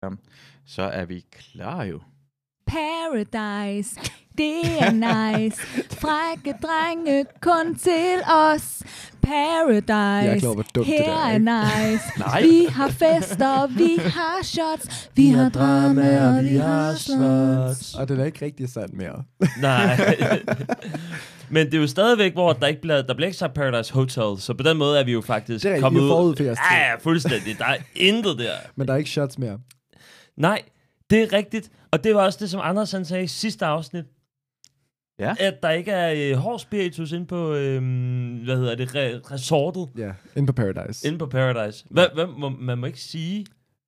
Så er vi klar jo. Paradise, det er nice. Frække drenge, kun til os. Paradise, Jeg er klar, hvor dumt her det er nice. Nej. Vi har fester, vi har shots. Vi har drama, og vi har slots. Og det er ikke rigtig sandt mere. Nej. Men det er jo stadigvæk, hvor der bliver ikke sagt Paradise Hotel, så på den måde er vi jo faktisk Det er kommet rigtigt, forud for jeres tid. Ja, fuldstændig. Der er intet der. Men der er ikke shots mere. Nej, det er rigtigt. Og det var også det, som Anders han sagde i sidste afsnit. Ja. At der ikke er hård spiritus inde på, resortet. Ja, inde på Paradise. Inde på Paradise. Man må ikke sige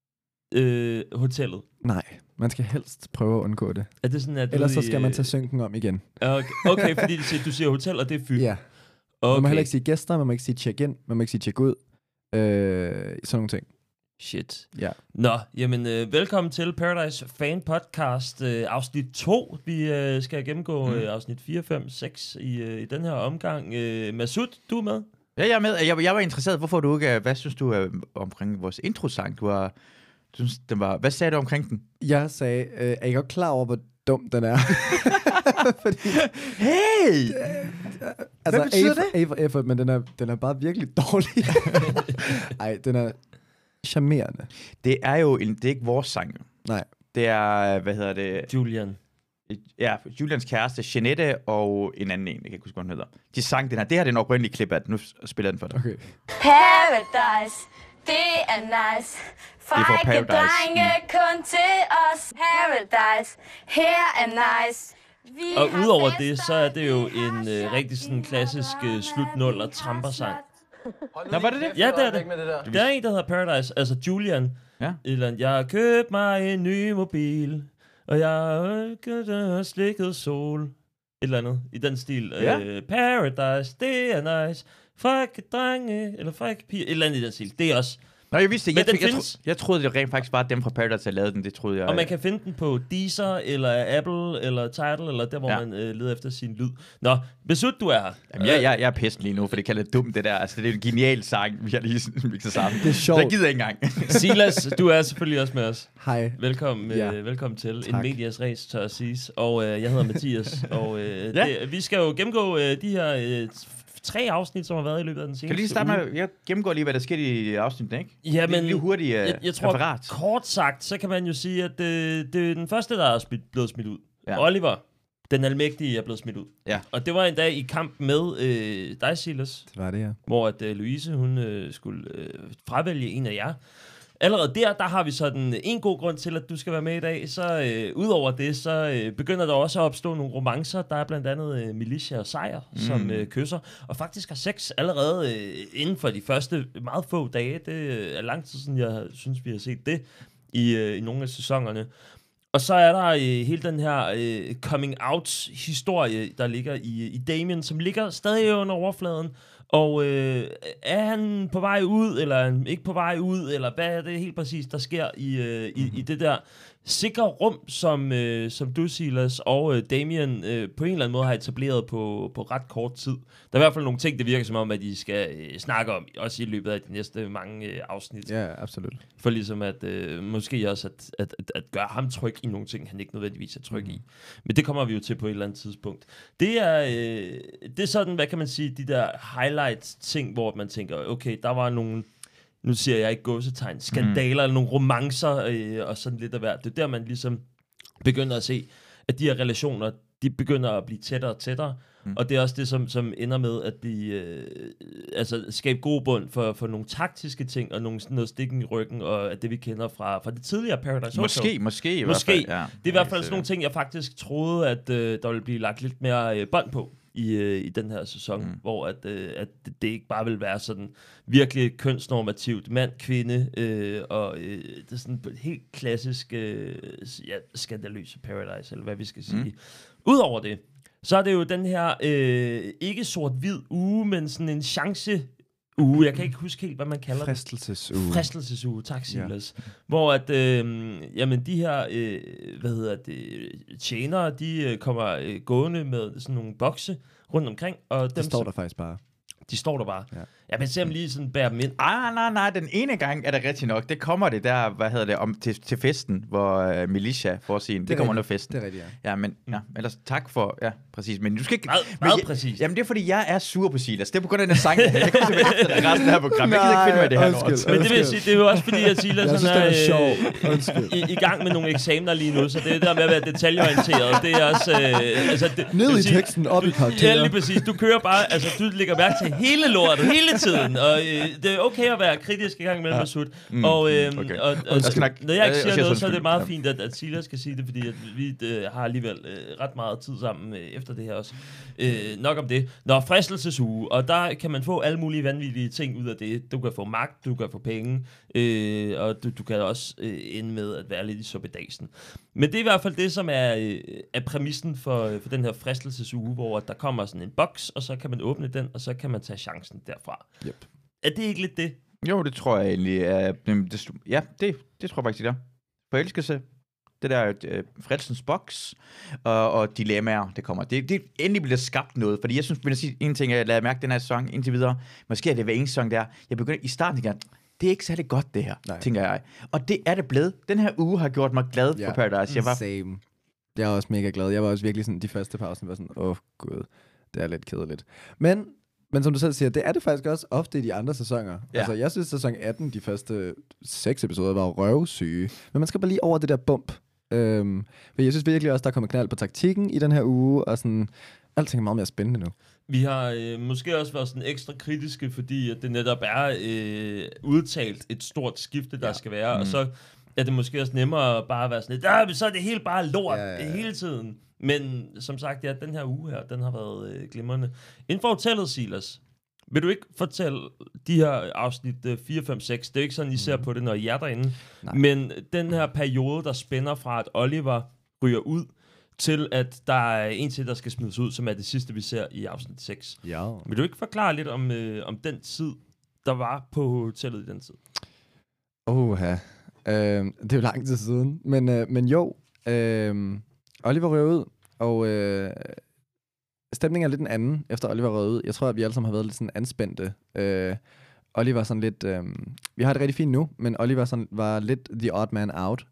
hotellet. Nej, man skal helst prøve at undgå det. Er det sådan, at Ellers så skal man tage synken om igen. Okay, fordi du siger hotel, og det er fyld. Ja. Okay. Man må heller ikke sige gæster, man må ikke sige check-in, man må ikke sige check-ud. Sådan nogle ting. Shit. Ja. Nå, jamen velkommen til Paradise Fan Podcast afsnit 2. Vi skal gennemgå afsnit 4, 5, 6 i den her omgang. Masud, du er med? Ja, jeg er med. Jeg var interesseret. Hvorfor du ikke... Hvad synes du omkring vores introsang? Synes, den var... Hvad sagde du omkring den? Jeg sagde, er I godt klar over, hvor dum den er? Fordi, Hey! altså, Hvad betyder A for effort, men den er bare virkelig dårlig. Ej, den er charmerende. Det er jo det er ikke vores sang. Nej. Det er, Julian. Ja, Julians kæreste, Jeanette og en anden en, jeg kan ikke huske, hvad hun hedder. De sang den her. Det her er den oprindelige klip af den. Nu spiller jeg den for dig. Okay. Paradise, det er nice. Frække Paradise. drenge, kun til os. Paradise, her er nice. Vi Og har udover fester, det, så er det jo vi har en shots, rigtig sådan vi klassisk har drama, slut-nul og vi har trampersang. slots. Nå, var det det? Ja, det er det. Der er en, der hedder Paradise, altså Julian. Ja. Eller jeg har købt mig en ny mobil, og jeg har slikket sol. Et eller andet i den stil. Ja. Paradise, det er nice. Frække drenge, eller frække piger. Et eller andet i den stil. Det er også. Nå, jeg vidste ikke. Men den findes. Jeg troede, det rent faktisk var dem fra Paradise, der lavede den. Det troede jeg. Og man kan finde den på Deezer, eller Apple, eller Tidal, eller der, hvor man leder efter sin lyd. Nå, besut, du er her. Jamen, jeg er pest lige nu, for det kalder det dumt, det der. Altså, det er en genial sang, vi har lige mixet sammen. Det er sjovt. Der gider jeg ikke engang. Silas, du er selvfølgelig også med os. Hej. Velkommen, velkommen til Tak. En medias race, tør at siges. Og jeg hedder Mathias, og vi skal jo gennemgå de her 3 afsnit, som har været i løbet af den seneste Kan du lige starte med, jeg gennemgår lige, hvad der skete i afsnittet, ikke? Ja, men lige hurtigt jeg tror, referat. kort sagt, så kan man jo sige, at det er den første, der er blevet smidt ud. Ja. Oliver, den almægtige, er blevet smidt ud. Ja. Og det var en dag i kamp med dig, Silas, Det var det, ja. hvor at Louise, hun skulle fravælge en af jer. Allerede der har vi sådan en god grund til, at du skal være med i dag. Så udover det, så begynder der også at opstå nogle romancer. Der er blandt andet Militia og Sejr, som kysser. Og faktisk har sex allerede inden for de første meget få dage. Det er lang tid siden, jeg synes, vi har set det i nogle af sæsonerne. Og så er der hele den her coming-out-historie, der ligger i Damien, som ligger stadig under overfladen. Og er han på vej ud, eller er han ikke på vej ud, eller hvad er det helt præcis, der sker i det der sikre rum, som du, Silas, og Damien på en eller anden måde har etableret på ret kort tid. Der er i hvert fald nogle ting, det virker som om, at de skal snakke om, også i løbet af de næste mange afsnit. Ja, absolut. For ligesom at måske også at gøre ham tryg i nogle ting, han ikke nødvendigvis er tryg i. Men det kommer vi jo til på et eller andet tidspunkt. Det er sådan, hvad kan man sige, de der highlight-ting, hvor man tænker, okay, der var nogle, nu siger jeg ikke gåsetegn, skandaler, eller nogle romancer, og sådan lidt af hvert. Det er der, man ligesom begynder at se, at de her relationer, de begynder at blive tættere og tættere. Og det er også det, som ender med, at de skaber god bund for nogle taktiske ting, og noget stikken i ryggen, og det, vi kender fra det tidligere Paradise Hotel. Måske i hvert fald. Ja. Det er i hvert fald sådan nogle ting, jeg faktisk troede, at der ville blive lagt lidt mere bånd på i den her sæson, hvor at det ikke bare vil være sådan virkelig kønsnormativt mand-kvinde, og det er sådan helt klassisk skandaløse Paradise, eller hvad vi skal sige. Udover det, så er det jo den her ikke sort-hvid uge, men sådan en chance uge. Jeg kan ikke huske helt, hvad man kalder det. Fristelsesuge, tak Silas. Ja. Hvor at, jamen de her, tjenere, de kommer gående med sådan nogle bokse rundt omkring. Og det står der faktisk bare. De står der bare. Ja. Ja, men se om lige sådan bærer dem ind. Nej, den ene gang er det rigtigt nok. Det kommer det der, til festen, hvor Militia får sin, det kommer under festen. Det er rigtigt, ja. Ja, men ellers tak for, præcis. Men du skal ikke... Meget præcis. Jamen, det er fordi, jeg er sur på Silas. Det er på grund af den sang. Jeg kan simpelthen efter resten af det her program. Jeg gider ikke finde med det her lort. Men det vil jeg sige, det er jo også fordi, at Silas jeg synes, er i gang med nogle eksamener lige nu, så det er der med at være detaljeorienteret. Det er også... Ned i teksten, op i karakteren. Ja, lige præcis. Du kører bare, altså du lægger mærke til hele lortet, hele tiden. Og det er okay at være kritisk i gang med Masud. Når jeg ikke siger noget, så er det meget fint, at Silas skal sige det, fordi at vi har alligevel ret meget tid sammen efter det her også. Nok om det. Fristelsesuge, og der kan man få alle mulige vanvittige ting ud af det. Du kan få magt, du kan få penge, og du kan også ende med at være lidt i suppedasen. Men det er i hvert fald det, som er præmissen for den her fristelsеsuge, hvor der kommer sådan en boks, og så kan man åbne den, og så kan man tage chancen derfra. Yep. Er det ikke lidt det? Jo, det tror jeg egentlig. Det tror jeg faktisk, det er. Forelskelse. Det der frelsens boks og dilemmaer, det kommer. Det endelig bliver skabt noget, fordi jeg synes, at sige en ting, jeg lader mærke den her sæson indtil videre. Måske er det hver eneste sæson der. Jeg begynder i starten igen. Det er ikke særlig godt, det her, tænker jeg. Og det er det blevet. Den her uge har gjort mig glad for Paradise. Same. Jeg er også mega glad. Jeg var også virkelig sådan, de første par afsnit var sådan, gud, det er lidt kedeligt. Men som du selv siger, det er det faktisk også ofte i de andre sæsoner. Ja. Altså, jeg synes, sæson 18, de første 6 episoder, var røvsyge. Men man skal bare lige over det der bump. For jeg synes virkelig også, der kommer knald på taktikken i den her uge, og sådan, alting er meget mere spændende nu. Vi har måske også været sådan ekstra kritiske, fordi at det netop er udtalt et stort skifte, der skal være, og så er det måske også nemmere bare at være sådan lidt, så er det helt bare lort hele tiden. Men som sagt, ja, den her uge her, den har været glimrende. Inden for hotellet, Silas, vil du ikke fortælle de her afsnit 4, 5, 6? Det er ikke sådan, I ser på det, når I er derinde. Nej. Men den her periode, der spænder fra, at Oliver ryger ud, til at der er en til, der skal smides ud, som er det sidste, vi ser i afsnit 6. Ja. Vil du ikke forklare lidt om den tid, der var på hotellet i den tid? Det er jo lang tid siden. Men jo, Oliver røg ud, og stemningen er lidt en anden, efter Oliver røg ud. Jeg tror, at vi alle sammen har været lidt sådan anspændte. Oliver sådan lidt... vi har det rigtig fint nu, men Oliver sådan var lidt the odd man out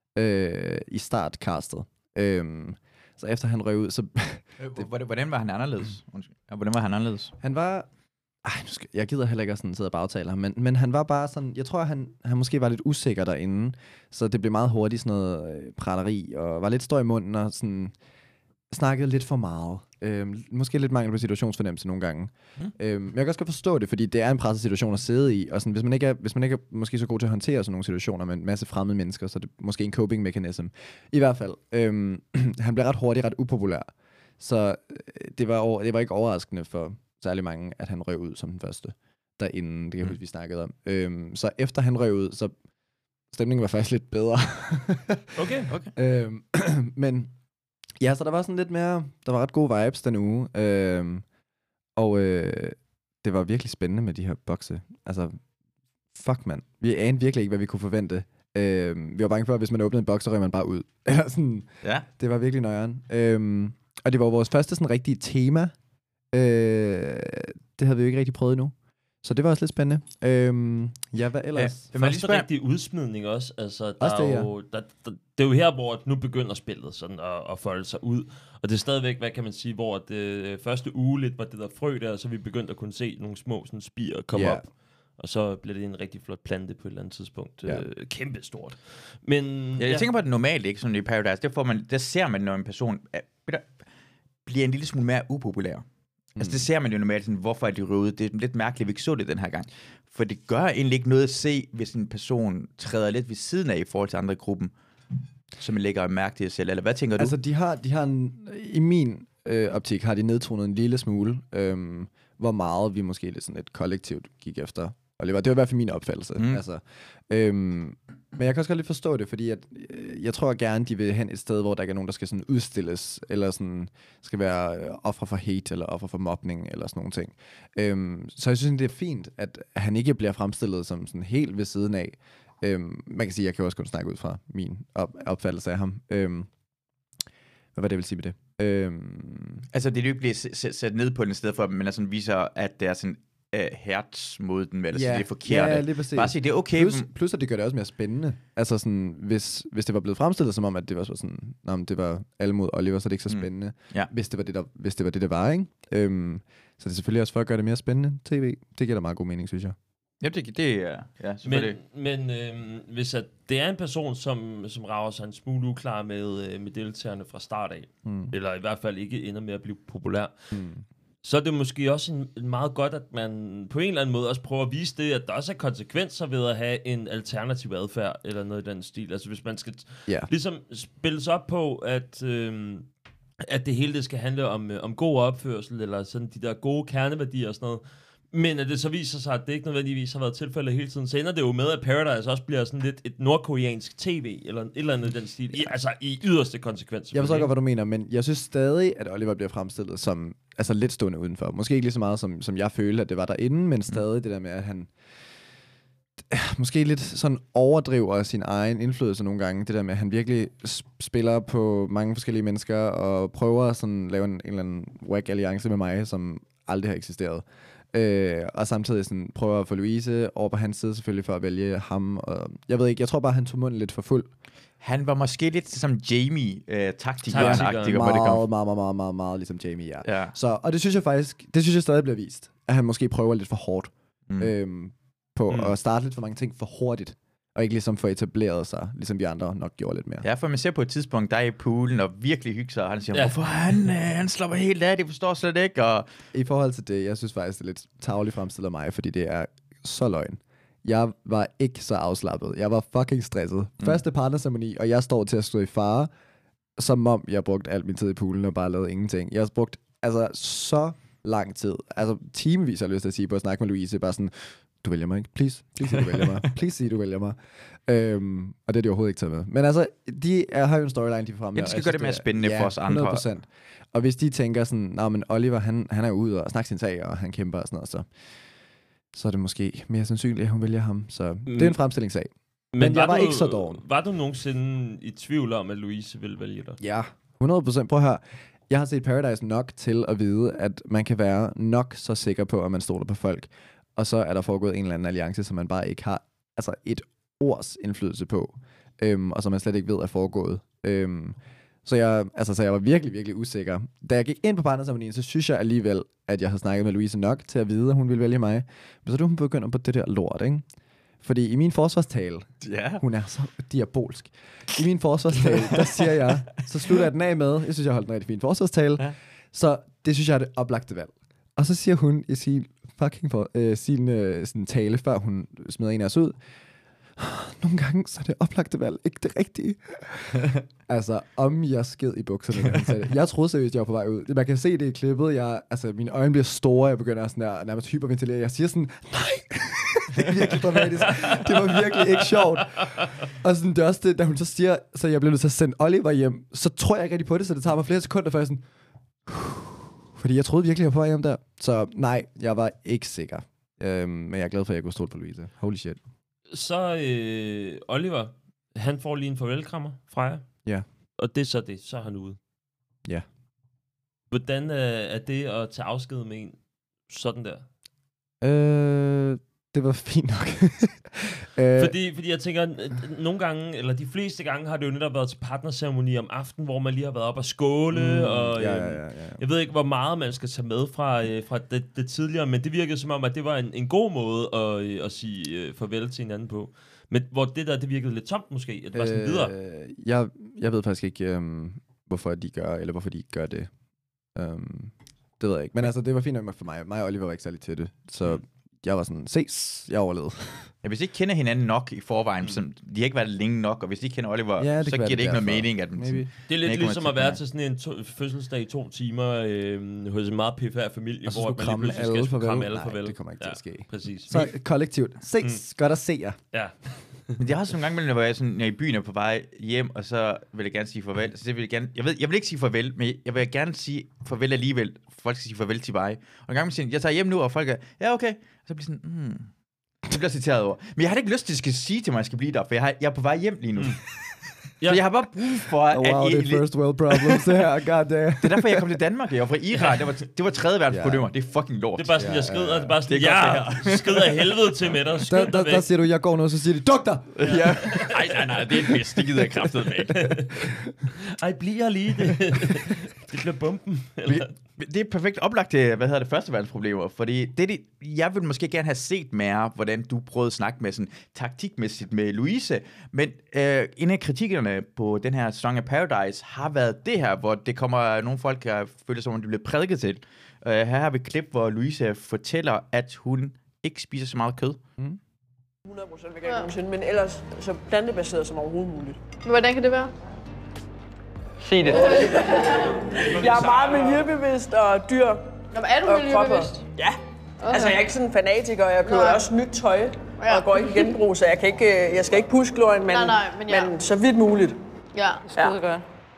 i startcastet. Så efter han røg ud, så... Hvordan var han anderledes? Hvordan var han anderledes? Han var... jeg gider heller ikke at sådan sidde og bagtale ham, men han var bare sådan... Jeg tror, han måske var lidt usikker derinde, så det blev meget hurtigt sådan noget praleri, og var lidt stor i munden, og sådan... snakkede lidt for meget. Måske lidt mangel på situationsfornemmelse nogle gange. Men jeg kan også godt forstå det, fordi det er en presset situation at sidde i, og sådan, hvis man ikke er måske så god til at håndtere sådan nogle situationer med en masse fremmede mennesker, så er det måske en coping mechanism. I hvert fald. Han blev ret hurtigt ret upopulær. Så det var ikke overraskende for særlig mange, at han røg ud som den første derinde. Det kan jeg huske, vi snakkede om. Så efter han røg ud, så stemningen var faktisk lidt bedre. Okay. Men ja, så der var sådan lidt mere... Der var ret gode vibes den uge. Det var virkelig spændende med de her bokse. Altså, fuck mand. Vi anede virkelig ikke, hvad vi kunne forvente. Vi var bange for, at hvis man åbnede en boks, så røg man bare ud. Eller sådan, det var virkelig nøjeren. Og det var vores første sådan rigtige tema. Det havde vi jo ikke rigtig prøvet endnu. Så det var også lidt spændende. Hvad ellers? Ja, første rigtig udsmidning også. Altså, det er jo her, hvor nu begynder spillet sådan at folde sig ud. Og det er stadigvæk, hvad kan man sige, hvor det første uge lidt var det der frø der, så vi begyndte at kunne se nogle små sådan, spirer komme op. Og så blev det en rigtig flot plante på et eller andet tidspunkt. Kæmpe stort. Men, jeg tænker på, at det normalt ikke sådan i Paradise. Der ser man, når en person bliver en lille smule mere upopulær. Altså det ser man jo normalt sådan, hvorfor er de røde ud. Det er lidt mærkeligt, at vi ikke så det den her gang. For det gør egentlig ikke noget at se, hvis en person træder lidt ved siden af i forhold til andre i gruppen, som lægger mærke til sig selv. Eller hvad tænker du? Altså de har i min optik har de nedtonet en lille smule, hvor meget vi måske lidt kollektivt gik efter Oliver. Det var i hvert fald min opfattelse. Altså, men jeg kan også godt lidt forstå det, fordi jeg tror gerne, de vil hen et sted, hvor der ikke er nogen, der skal sådan udstilles, eller sådan, skal være offer for hate, eller offer for mobning, eller sådan nogle ting. Så jeg synes, det er fint, at han ikke bliver fremstillet som sådan helt ved siden af. Man kan sige, jeg kan også kun snakke ud fra min opfattelse af ham. Hvad var det, jeg vil sige med det? Altså, det er jo ikke bliver sat ned på den sted for, men altså viser, at det er sådan hertz mod den, eller sige det forkerte. Ja, lige præcis. Bare sige, det er okay. Plus, at det gør det også mere spændende. Altså sådan, hvis det var blevet fremstillet som om, at det var sådan, men det var alle mod Oliver, så er det ikke så spændende. Ja. Hvis det var det var, ikke? Så det er selvfølgelig også for at gøre det mere spændende. TV, det giver da meget god mening, synes jeg. Ja, det er selvfølgelig. Men hvis at det er en person, som rager sig en smule uklar med deltagerne fra start af, eller i hvert fald ikke ender med at blive populær, så er det måske også en meget godt, at man på en eller anden måde også prøver at vise det, at der også er konsekvenser ved at have en alternativ adfærd, eller noget i den stil. Altså hvis man skal ligesom spilles op på, at det hele det skal handle om god opførsel, eller sådan de der gode kerneværdier og sådan noget, men at det så viser sig, at det ikke nødvendigvis har været tilfældet hele tiden, så ender det jo med, at Paradise også bliver sådan lidt et nordkoreansk tv, eller et eller andet i den stil, i yderste konsekvens. Jeg forstår godt, hvad du mener, men jeg synes stadig, at Oliver bliver fremstillet som lidt stående udenfor. Måske ikke lige så meget, som jeg følte, at det var derinde, men stadig det der med, at han måske lidt sådan overdriver sin egen indflydelse nogle gange. Det der med, at han virkelig spiller på mange forskellige mennesker, og prøver at sådan lave en eller anden whack alliance med mig, som aldrig har eksisteret. Og samtidig sådan prøver at få Louise over på hans side selvfølgelig for at vælge ham. Og jeg ved ikke, jeg tror bare, han tog munden lidt for fuld. Han var måske lidt som Jamie-taktikeren. Meget ligesom Jamie, ja. Så, og det synes jeg stadig bliver vist. At han måske prøver lidt for hårdt på at starte lidt for mange ting for hurtigt. Og ikke ligesom få etableret sig, ligesom vi andre nok gjorde lidt mere. Ja, for man ser på et tidspunkt, der er i poolen og virkelig hygger sig, og han siger, hvorfor han slapper helt af, det forstår slet ikke. Og i forhold til det, jeg synes faktisk, det er lidt tarveligt fremstillet af mig, fordi det er så løgn. Jeg var ikke så afslappet. Jeg var fucking stresset. Første partnerceremoni, og jeg står til at stå i fare, som om jeg brugte al min tid i poolen og bare lavede ingenting. Jeg har brugt så lang tid, altså timevis har jeg lyst til at sige, på at snakke med Louise, bare sådan, du vælger mig ikke. Please sig, du vælger mig. Please sig, du vælger mig. Og det er de overhovedet ikke taget med. Men altså, de har jo en storyline, de får frem. Ja, det skal gøre det mere spændende for os andre. 100%. Og hvis de tænker sådan, men Oliver, han er ude og snakker sin sag, og han kæmper og sådan noget, så er det måske mere sandsynligt, at hun vælger ham. Så det er en fremstillingssag. Men jeg var ikke så doven. Var du nogensinde i tvivl om, at Louise ville vælge dig? Ja, 100%. Prøv at høre. Jeg har set Paradise nok til at vide, at man kan være nok så sikker på, at man stoler på folk. Og så er der foregået en eller anden alliance, som man bare ikke har et års indflydelse på, og som man slet ikke ved er foregået. Så jeg var virkelig, virkelig usikker. Da jeg gik ind på partnerceremonien, så synes jeg alligevel, at jeg havde snakket med Louise nok til at vide, at hun ville vælge mig. Men så hun begynder på det der lort, ikke? Fordi i min forsvarstale, hun er så diabolsk. I min forsvarstale, der siger jeg, så slutter jeg den af med, jeg synes, jeg holdt en rigtig fin forsvarstale, så det synes jeg er det oplagte valg. Og så siger hun i sin sin tale, før hun smider en af os ud, nogle gange, så er det oplagte valg, ikke det rigtige. Altså, om jeg sked i bukserne, når han sagde det. Jeg troede seriøst, jeg var på vej ud. Man kan se det i klippet. Mine øjne bliver store, jeg begynder sådan der, nærmest hyperventilere. Jeg siger sådan, nej! Det er virkelig dramatisk. Det var virkelig ikke sjovt. Og sådan, det er også det, da hun så siger, så jeg bliver nødt til at sende Oliver hjem, så tror jeg ikke rigtig på det, så det tager mig flere sekunder, før jeg sådan, fordi jeg troede virkelig, jeg var på vej hjem der. Så nej, jeg var ikke sikker. Men jeg er glad for, at jeg kunne stole på Louise. Holy shit. Så Oliver, han får lige en farvelkrammer fra jer. Ja. Og det er så det. Så er han ude. Ja. Hvordan er det at tage afsked med en sådan der? Det var fint nok. Fordi jeg tænker, nogle gange, eller de fleste gange, har det jo netop været til partnerceremoni om aftenen, hvor man lige har været op og skåle, og jeg ved ikke, hvor meget man skal tage med fra det tidligere, men det virkede som om, at det var en god måde at sige farvel til hinanden på. Men hvor det virkede lidt tomt måske, at det var sådan videre. Jeg ved faktisk ikke, hvorfor de gør, eller hvorfor de ikke gør det. Det ved jeg ikke. Men altså, det var fint nok for mig. Mig og Oliver var ikke særlig til det, så jeg var sådan, ses, jeg overlevede. Ja, hvis de ikke kender hinanden nok i forvejen, så de har ikke været længe nok, og hvis de ikke kender Oliver, så giver det ikke noget mening. At det er lidt ligesom at være til sådan en fødselsdag i 2 timer hos en meget pæfærd familie, og så hvor man lige pludselig skal kramme alle farvel. Nej, det kommer ikke til at ske. Præcis. Så kollektivt, ses, godt at se jer. Ja. Men jeg har sådan nogle gange, hvor jeg sådan, når jeg i byen er på vej hjem, og så vil jeg gerne sige farvel. Så det vil jeg vil ikke sige farvel, men jeg vil gerne sige farvel alligevel. Folk skal sige farvel til mig. Og en gang man siger, jeg tager hjem nu, og folk er, ja okay. Og så bliver sådan, det bliver citeret over. Men jeg har ikke lyst til, at de skal sige til mig, at jeg skal blive der, for jeg er på vej hjem lige nu. Så jeg har bare brug for, Oh, wow, det er first world problems, det her. God damn. Det er derfor, jeg kom til Danmark. Jeg var fra Iran. Det var tredje verdens problemer. Det er fucking lort. Det er bare sådan, jeg skrider. Det er bare sådan, Det er godt, jeg skrider af helvede til med dig. Skynd dig Der væk. siger du, jeg går nu, så siger de, duk dig! Ja. Nej, det er en pis. Det gider jeg kraftet med. Ej, bliver lige det. Det bliver bomben. Eller? Det er perfekt oplagt til, første verdensproblemer, fordi jeg ville måske gerne have set mere, hvordan du prøvede at snakke med sådan taktikmæssigt med Louise, men en af kritikkerne på den her Song of Paradise har været det her, hvor det kommer nogle folk, der føler som om de bliver prædiket til. Her har vi et klip, hvor Louise fortæller, at hun ikke spiser så meget kød. 100% vegan nogensinde, men ellers så plantebaseret som overhovedet muligt. Hvordan kan det være? Sig det. Jeg er meget miljøbevidst og dyr. Nå, men er du og miljøbevidst? Ja. Okay. Altså, jeg er ikke sådan en fanatiker, og jeg køber også nyt tøj og går ikke i genbrug, så jeg skal ikke puske glorien, men så vidt muligt. Ja, skide godt.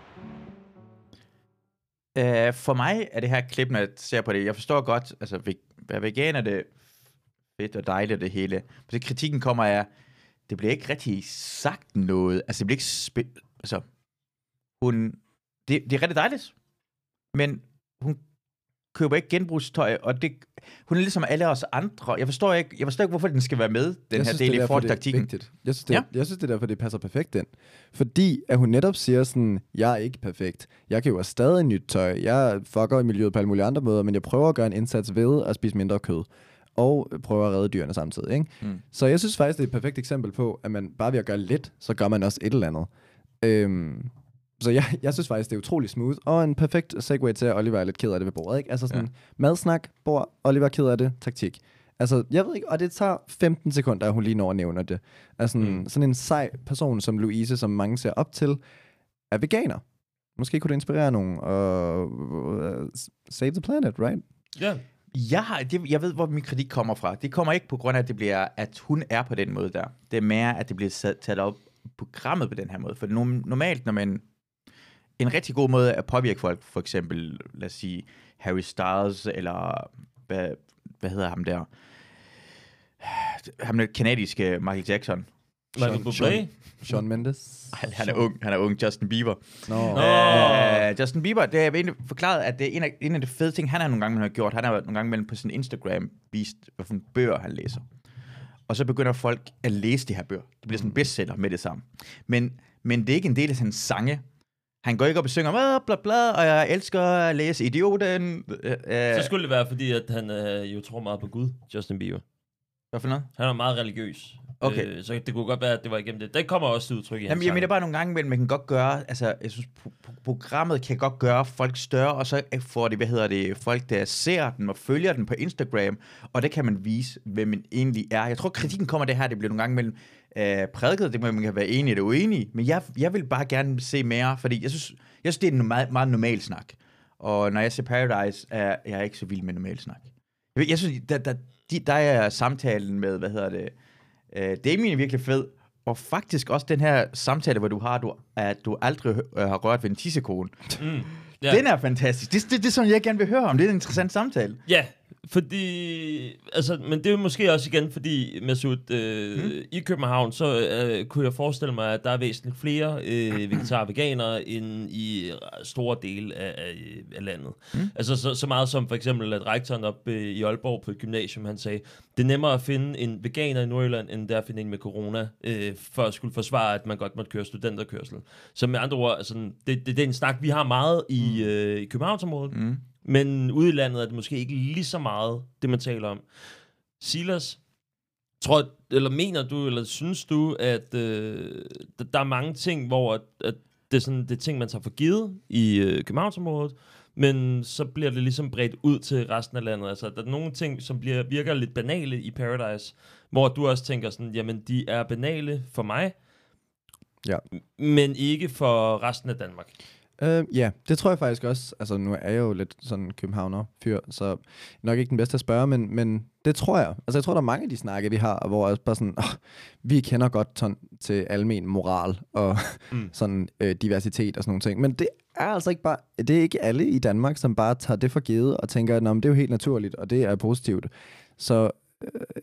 For mig er det her klip, når jeg ser på det, jeg forstår godt, altså være veganer, det er fedt og dejligt det hele. Så kritikken kommer af, det bliver ikke rigtig sagt noget, altså det bliver ikke det er rigtig dejligt, men hun køber ikke genbrugstøj, og hun er ligesom alle os andre. Jeg forstår ikke, hvorfor den skal være med, den her del i taktikken. Jeg synes, det er derfor, det passer perfekt ind. Fordi at hun netop siger sådan, jeg er ikke perfekt. Jeg køber stadig nyt tøj. Jeg fucker i miljøet på alle mulige andre måder, men jeg prøver at gøre en indsats ved at spise mindre kød. Og prøver at redde dyrene samtidig. Ikke? Så jeg synes faktisk, det er et perfekt eksempel på, at man bare ved at gøre lidt, så gør man også et eller andet. Så jeg synes faktisk, det er utrolig smooth, og en perfekt segue til, at Oliver er lidt ked af det ved bordet, ikke? Altså sådan, madsnak, bord, Oliver er ked af det, taktik. Altså, jeg ved ikke, og det tager 15 sekunder, at hun lige når at nævne det. Altså, sådan en sej person som Louise, som mange ser op til, er veganer. Måske kunne det inspirere nogen, og save the planet, right? Ja. Jeg ved, hvor min kritik kommer fra. Det kommer ikke på grund af, at hun er på den måde der. Det er mere, at det bliver taget op programmet på den her måde. For normalt, når man en rigtig god måde at påvirke folk, for eksempel, lad os sige, Harry Styles, eller hvad hedder ham der? Ham der kanadiske Michael Jackson. Michael Bublé? Shawn Mendes. Han er ung. Justin Bieber. Justin Bieber, det er egentlig forklaret, at det er en af de fede ting, han har nogle gange har gjort. Han har nogle gange mellem på sin Instagram vist, hvilke bøger han læser. Og så begynder folk at læse de her bøger. Det bliver sådan en bestseller med det samme. Men det er ikke en del af hans sange. Han går ikke op og synger, bla bla, og jeg elsker at læse Idioten. Så skulle det være, fordi at han jo tror meget på Gud, Justin Bieber. Hvad for noget? Han er meget religiøs. Okay. Så det kunne godt være, at det var igennem det. Det kommer også til udtryk i hans sang. Jeg mener bare nogle gange, men man kan godt gøre, altså jeg synes, programmet kan godt gøre folk større, og så får det, folk der ser den og følger den på Instagram, og det kan man vise, hvem man egentlig er. Jeg tror, kritikken kommer det her, det bliver nogle gange mellem prædiket, det må man kan være enig eller uenig, men jeg vil bare gerne se mere, fordi jeg synes det er en meget normal snak. Og når jeg ser Paradise, er jeg ikke så vild med normal snak. Jeg synes, der er samtalen med, Damien er virkelig fed, og faktisk også den her samtale, hvor du aldrig har rørt ved en tissekone. Den er fantastisk. Det er sådan, jeg gerne vil høre om. Det er en interessant samtale. Ja, fordi... Altså, men det er måske også igen, fordi Masoud, i København, så kunne jeg forestille mig, at der er væsentligt flere vegetarer og veganere end i store dele af landet. Altså så meget som for eksempel, at rektoren op i Aalborg på et gymnasium, han sagde, det er nemmere at finde en veganer i Nordjylland, end det er at finde en med corona, for at skulle forsvare, at man godt måtte køre studenterkørsel. Så med andre ord, altså, det er en snak, vi har meget i Københavnsområdet. Men ude i landet er det måske ikke lige så meget, det man taler om. Silas, mener du, eller synes du, at der er mange ting, hvor at det er ting, man tager for givet i Københavnsområdet, men så bliver det ligesom bredt ud til resten af landet. Altså, der er nogle ting, som virker lidt banale i Paradise, hvor du også tænker sådan, jamen, de er banale for mig, men ikke for resten af Danmark. Ja, det tror jeg faktisk også. Altså, nu er jeg jo lidt sådan københavner-fyr, så nok ikke den bedste at spørge, men det tror jeg. Altså, jeg tror, der er mange af de snakke, vi har, hvor jeg bare sådan, vi kender godt til almen moral og sådan diversitet og sådan nogle ting, men det er altså ikke bare, det er ikke alle i Danmark, som bare tager det for givet og tænker, at det er jo helt naturligt, og det er positivt. Så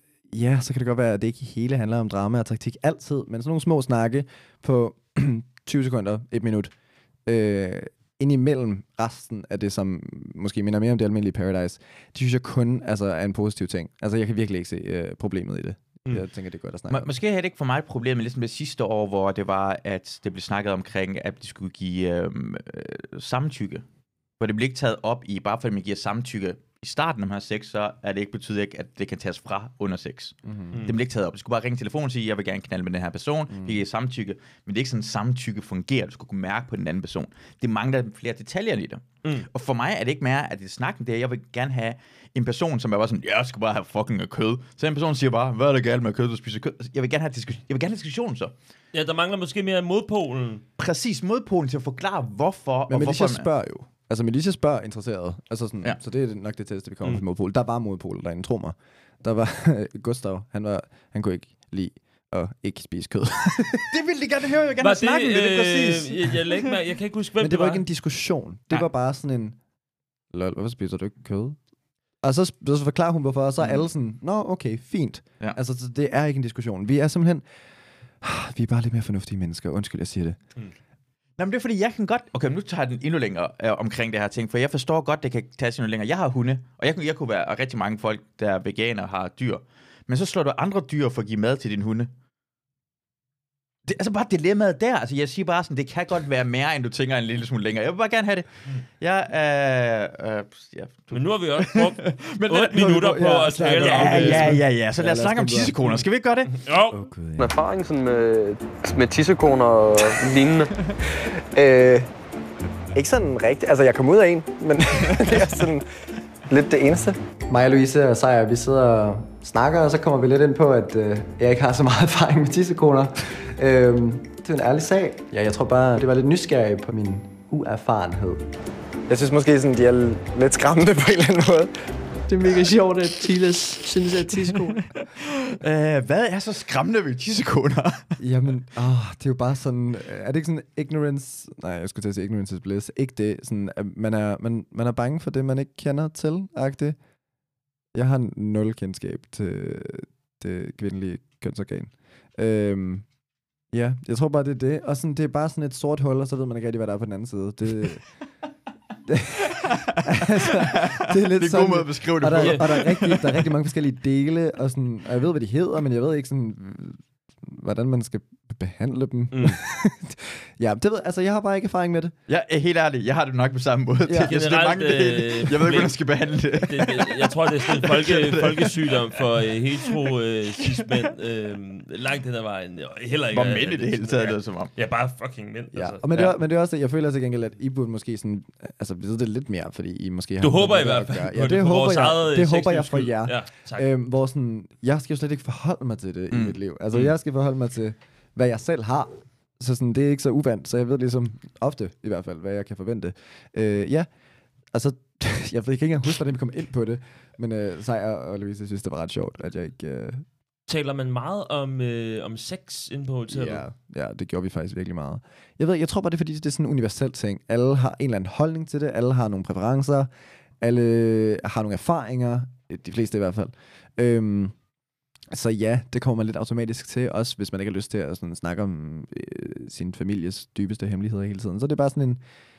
så kan det godt være, at det ikke hele handler om drama og taktik altid, men sådan nogle små snakke på 20 sekunder, 1 minut. Indimellem resten af det, som måske minder mere om det almindelige Paradise, det synes jeg kun er en positiv ting. Altså, jeg kan virkelig ikke se problemet i det. Jeg tænker, det er godt at snakke om. Måske havde det ikke for mig et problem, ligesom det sidste år, hvor det var, at det blev snakket omkring, at de skulle give samtykke. Hvor det blev ikke taget op i, bare fordi man giver samtykke i starten af her sex, så er det ikke betyder ikke, at det kan tages fra under sex. Det blev ikke taget op. Du skulle bare ringe telefonen og sige, jeg vil gerne knalde med den her person, vi giver samtykke. Men det er ikke sådan, samtykke fungerer. Du skulle kunne mærke på den anden person. Det mangler flere detaljer i det. Og for mig er det ikke mere, at det snakken der, jeg vil gerne have en person, som er bare sådan, jeg skal bare have fucking kød. Så en person siger bare, hvad er det galt med kød, du spiser kød? Jeg vil gerne have diskussion så. Ja, der mangler måske mere modpolen. Præcis, modpolen til at forklare, hvorfor. Men Melissa spørger jo. Altså, Melissa spørger interesseret. Altså sådan, ja. Så det er nok det tætteste, vi kommer på modpol. Der var modpol derinde, tro mig. Der var Gustav, han kunne ikke lide at ikke spise kød. Det ville de gerne høre, jeg gerne snakke om det præcis. Jeg kan ikke huske, hvem men det var ikke en diskussion. Det var bare sådan en, lol, hvorfor spiser du ikke kød? Og så forklarer hun hvorfor, og så er alle sådan, nå, okay, fint. Ja. Altså, det er ikke en diskussion. Vi er simpelthen, vi er bare lidt mere fornuftige mennesker. Undskyld, jeg siger det. Nå, men det er fordi, jeg kan godt... Okay, nu tager jeg den endnu længere omkring det her ting, for jeg forstår godt, det kan tage endnu længere. Jeg har hunde, og jeg kunne være rigtig mange folk, der er veganer har dyr. Men så slår du andre dyr for at give mad til din hunde. Det, altså bare dilemmaet der. Altså jeg siger bare sådan, det kan godt være mere, end du tænker en lille smule længere. Jeg vil bare gerne have det. Men nu har vi også brugt 8 minutter på at tale om det. Ja. Så lad os snakke om tissekoner. Skal vi ikke gøre det? Jo. En erfaring sådan med tissekoner og lignende. Ikke sådan rigtigt. Altså jeg kom ud af en, men det er sådan lidt det eneste. Mig og Louise og Sejer, vi sidder og snakker, og så kommer vi lidt ind på, at jeg ikke har så meget erfaring med tissekoner. Det er en ærlig sag. Ja, jeg tror bare, det var lidt nysgerrig på min uerfarenhed. Jeg synes måske, sådan, de er lidt skræmmende på en eller anden måde. Det er mega sjovt, at Tilas synes, at tissekoner. Hvad er så skræmmende ved tissekoner? Jamen, det er jo bare sådan... Er det ikke sådan ignorance... Nej, jeg skulle til at sige ignorance is bliss. Ikke det. Sådan, at man er bange for det, man ikke kender til. Agtigt. Jeg har 0 kendskab til det kvindelige kønsorgan. Ja, jeg tror bare, det er det. Og sådan, det er bare sådan et sort hul, og så ved man ikke rigtig, hvad der er på den anden side. Altså, det er lidt det er en god måde at beskrive det på. Og der er rigtig mange forskellige dele, og jeg ved, hvad de hedder, men jeg ved ikke sådan, hvordan man skal behandle dem. Ja, det ved, altså jeg har bare ikke erfaring med det. Ja, helt ærligt, jeg har det nok på samme måde. Ja. Jeg ved ikke, hvordan jeg skal behandle det. Jeg tror, det er sådan en folkesygdom for hetero-cis-mænd. Langt hen ad vejen. Heller ikke. Hvor mænd i det hele taget, det som om. Ja, bare fucking mænd. Ja, altså. Men det er også det, jeg føler til gengæld, at I burde måske sådan, altså vide det lidt mere, fordi I måske har... Du håber i hvert fald. Ja, det håber jeg for jer. Ja, tak. Hvor sådan, jeg skal jo slet ikke forholde mig til det i mit liv. Altså, jeg skal forholde mig til, hvad jeg selv har. Så sådan, det er ikke så uvandt, så jeg ved ligesom ofte, i hvert fald, hvad jeg kan forvente. Ja, altså, jeg ved ikke engang huske, hvordan vi kom ind på det, men Sejer og Louise synes, det var ret sjovt, at jeg ikke... Taler man meget om sex inde på hotellet? Ja, det gjorde vi faktisk virkelig meget. Jeg tror bare, det er fordi, det er sådan en universel ting. Alle har en eller anden holdning til det, alle har nogle præferencer, alle har nogle erfaringer, de fleste i hvert fald. Så ja, det kommer man lidt automatisk til, også hvis man ikke har lyst til at sådan snakke om sin families dybeste hemmeligheder hele tiden. Så det er bare sådan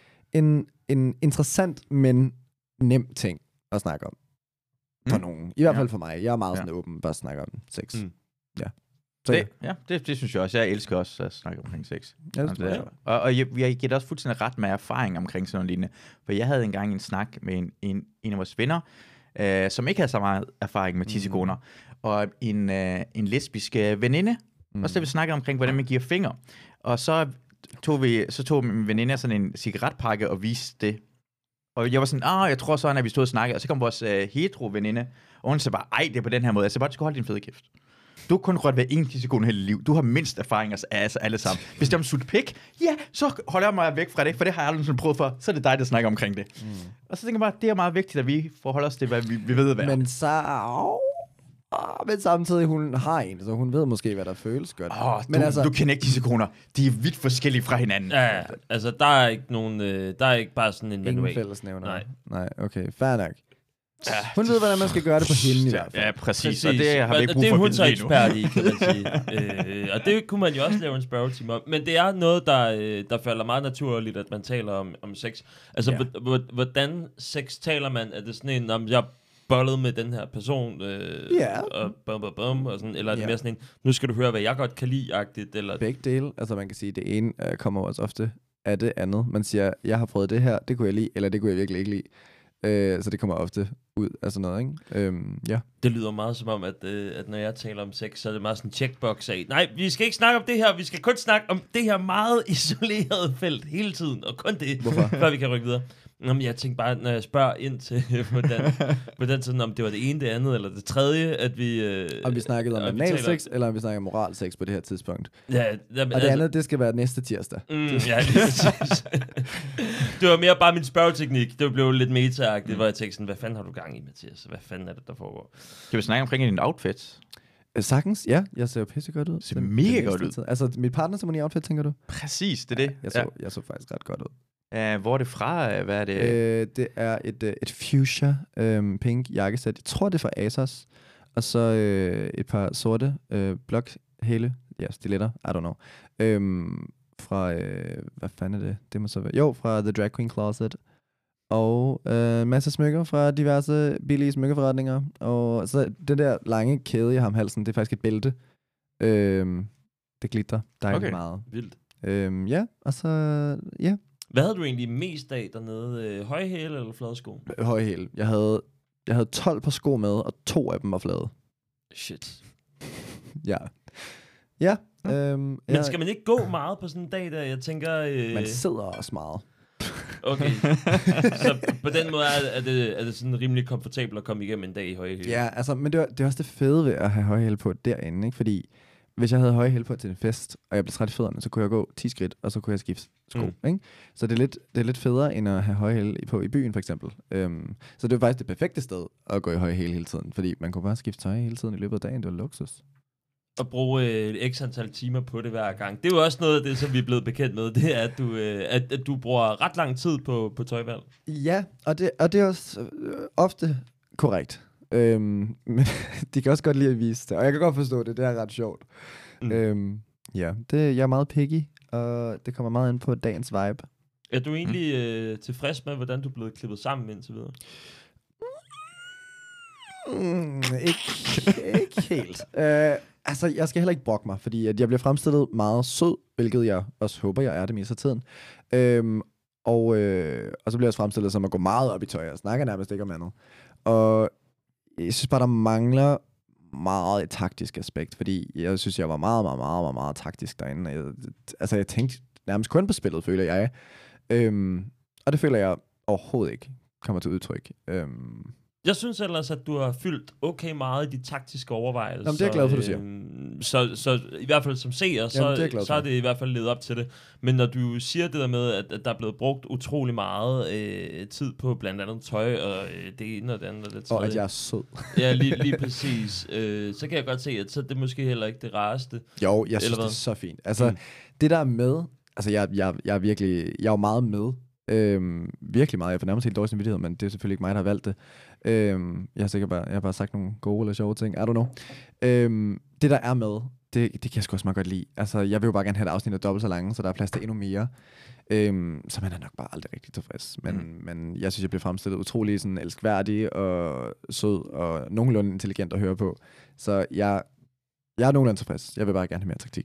en interessant, men nem ting at snakke om. For nogen. I hvert fald for mig. Jeg er meget sådan åben, bare at snakke om sex. Ja. Så Det synes jeg også. Jeg elsker også at snakke omkring sex. Ja, og jeg giver dig også fuldstændig ret med erfaring omkring sådan noget lignende. For jeg havde engang en snak med en af vores venner, som ikke havde så meget erfaring med tissekoner, og en lesbisk veninde, også da vi snakkede omkring, hvordan man giver fingre. Og så tog min veninde sådan en cigaretpakke og viste det. Og jeg var sådan, jeg tror sådan, at vi stod og snakkede, og så kom vores hetero-veninde, og hun sagde bare, ej, det er på den her måde. Jeg sagde bare, du skal holde din fede kæft. Du kan kun rørt være en tissekone hele liv. Du har mindst erfaring af alle sammen. Hvis det er om sut pik, ja, så holder jeg mig væk fra det, for det har jeg aldrig sådan prøvet for. Så er det dig, der snakker omkring det. Og så tænker jeg bare, det er meget vigtigt, at vi forholder os til, hvad vi ved, hvad. Men samtidig, hun har en, så hun ved måske, hvad der føles godt. Du kender ikke tissekoner. De er vidt forskellige fra hinanden. Ja, altså der er ikke nogen, der er ikke bare sådan en manual. Ingen fællesnævner. Nej, okay, fair nok. Hun ved, hvordan man skal gøre det på hende i hvert fald. Ja, præcis. Og det har vi ikke brug det for er hun at så vide lige nu. ekspert i, kan man sige. Og det kunne man jo også lave en spørgetime om. Men det er noget, der falder meget naturligt, at man taler om sex. Altså, hvordan sex taler man? Er det sådan en, om jeg bollet med den her person, og bum, og sådan, eller er det mere sådan en, nu skal du høre, hvad jeg godt kan lide-agtigt, eller... Begge dele. Altså, man kan sige, det ene kommer også ofte af det andet. Man siger, jeg har prøvet det her, det kunne jeg lide, eller det kunne jeg virkelig ikke lide. Så det kommer ofte ud af sådan noget, ikke? Ja. Det lyder meget som om, at når jeg taler om sex, så er det meget sådan en checkbox af, nej, vi skal ikke snakke om det her, vi skal kun snakke om det her meget isolerede felt hele tiden, og kun det, før vi kan rykke videre. Jamen, jeg tænkte bare, når jeg spørger ind til, hvordan sådan, om det var det ene, det andet, eller det tredje, at vi... Om vi snakkede om analsex, eller om vi snakkede om moralsex på det her tidspunkt. Ja, og det andet, det skal være næste tirsdag. Ja, lige præcis. Det var mere bare min spørgeteknik. Det blev lidt meta-agtigt, hvor jeg tænkte sådan, hvad fanden har du gang i, Mathias? Hvad fanden er det, der foregår? Kan vi snakke omkring din outfit? Sagtens, ja. Jeg ser jo pissegodt ud. Det ser mega godt ud. Tid. Altså, mit partnerceremoni-outfit, tænker du? Præcis, det er det. Jeg så faktisk ret godt ud. Hvor er det fra? Hvad er det? Det er et fuchsia pink jakkesæt. Jeg tror, det er fra ASOS. Og så et par sorte blokhæle. Ja, stiletter. I don't know. Fra, hvad fanden er det? Det må så være. Jo, fra The Drag Queen Closet. Og masser af smykker fra diverse billige smykkeforretninger. Og så den der lange kæde, jeg har om halsen, det er faktisk et bælte. Det glitter dejligt meget. Vildt. Ja, og så, ja. Hvad havde du egentlig mest af dernede? Højhæle eller flade sko? Højhæle. Jeg havde 12 par sko med, og 2 af dem var flade. Shit. Ja. Ja. Men skal man ikke gå meget på sådan en dag der? Jeg tænker... Man sidder også meget. Okay. Så på den måde er det sådan rimelig komfortabelt at komme igennem en dag i højhæle. Ja, altså, men det er også det fede ved at have højhæle på derinde, ikke? Fordi hvis jeg havde højhæle på til en fest, og jeg blev træt i fødderne, så kunne jeg gå 10 skridt, og så kunne jeg skifte sko. Ikke? Så det er lidt federe, end at have højhæle på i byen, for eksempel. Så det var faktisk det perfekte sted at gå i højhæle hele tiden, fordi man kunne bare skifte tøj hele tiden i løbet af dagen. Det var luksus. At bruge et x antal timer på det hver gang. Det er jo også noget af det, som vi er blevet bekendt med, det er, at du bruger ret lang tid på tøjvalg. Ja, og det er også ofte korrekt. Men de kan også godt lide at vise det, og jeg kan godt forstå det, det er ret sjovt. Ja, jeg er meget picky, og det kommer meget ind på dagens vibe. Er du egentlig tilfreds med, hvordan du er blevet klippet sammen indtil videre? Ikke helt. Altså, jeg skal heller ikke brokke mig, fordi at jeg bliver fremstillet meget sød, hvilket jeg også håber, jeg er det mest af tiden. Og så bliver jeg også fremstillet som at gå meget op i tøj. Jeg snakker nærmest ikke om andet. Og jeg synes bare, der mangler meget et taktisk aspekt, fordi jeg synes, jeg var meget taktisk derinde. Jeg tænkte nærmest kun på spillet, føler jeg. Og det føler jeg overhovedet ikke kommer til udtryk. Jeg synes ellers, at du har fyldt okay meget i de taktiske overvejelser. Jamen, det er jeg glad for, du siger. Så i hvert fald som seer, så er det i hvert fald levet op til det. Men når du siger det der med, at der er blevet brugt utrolig meget tid på blandt andet tøj, og det ene og det andet og det tredje. Og at jeg er sød. Ja, lige præcis. Så kan jeg godt se, at så er det måske heller ikke det rareste. Jo, jeg synes, det er så fint. Altså, det der med... Altså, jeg er virkelig... Jeg er jo meget med. Virkelig meget. Jeg får nærmest helt dårlig samvittighed, men det er selvfølgelig ikke mig, der har valgt det. Jeg har bare sagt nogle gode eller sjove ting. I don't know. Det der er med, det kan jeg sgu også meget godt lide. Altså, jeg vil jo bare gerne have et afsnit af dobbelt så lange, så der er plads til endnu mere. Så man er nok bare aldrig rigtig tilfreds. Men jeg synes, jeg bliver fremstillet utrolig sådan elskværdig og sød og nogenlunde intelligent at høre på. Så jeg er nogenlunde tilfreds. Jeg vil bare gerne have mere taktik.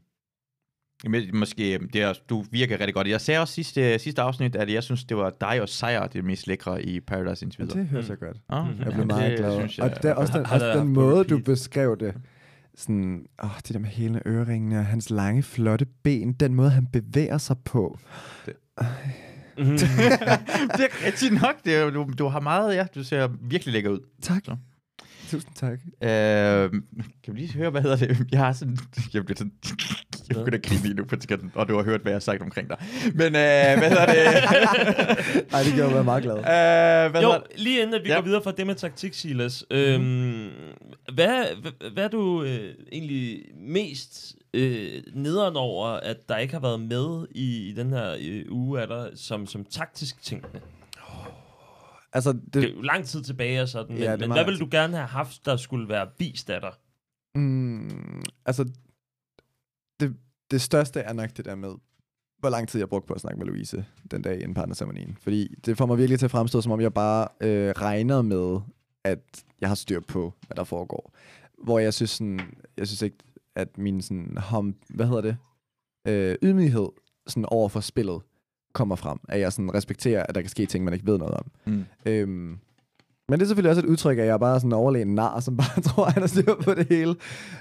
Måske, du virker rigtig godt. Jeg sagde også sidste afsnit, at jeg synes, det var dig og Sejr, det mest lækre i Paradise indtil videre. Det hører så godt. Jeg blev meget glad. Og det er også den måde, du beskrev det. Sådan, det der med hele øreringene og hans lange, flotte ben. Den måde, han bevæger sig på. Det er rigtig nok. Du har meget, du ser virkelig lækker ud. Tak. Så. Tusind tak. Kan vi lige høre, hvad hedder det? Jeg har sådan... Jeg begynder at grine lige nu på tjekken, og du har hørt, hvad jeg har sagt omkring dig. Men hvad hedder det? Ej, det gjorde mig meget glad. Lige inden at vi går videre fra det med taktik, Silas. Hvad er du egentlig mest nederen over, at der ikke har været med i den her uge, er der som taktisk tænkende? Altså, det er jo lang tid tilbage og sådan, men hvad ville du gerne have haft, der skulle være vist af dig? Altså, det største er nok det der med, hvor lang tid jeg brugte på at snakke med Louise den dag inden partnerceremonien. Fordi det får mig virkelig til at fremstå, som om jeg bare regner med, at jeg har styr på, hvad der foregår. Hvor jeg synes ikke, at min sådan, ydmyghed sådan over for spillet kommer frem. At jeg sådan respekterer, at der kan ske ting, man ikke ved noget om. Men det er selvfølgelig også et udtryk, at jeg er bare sådan en overlegen nar, som bare tror, at han har styr på det hele.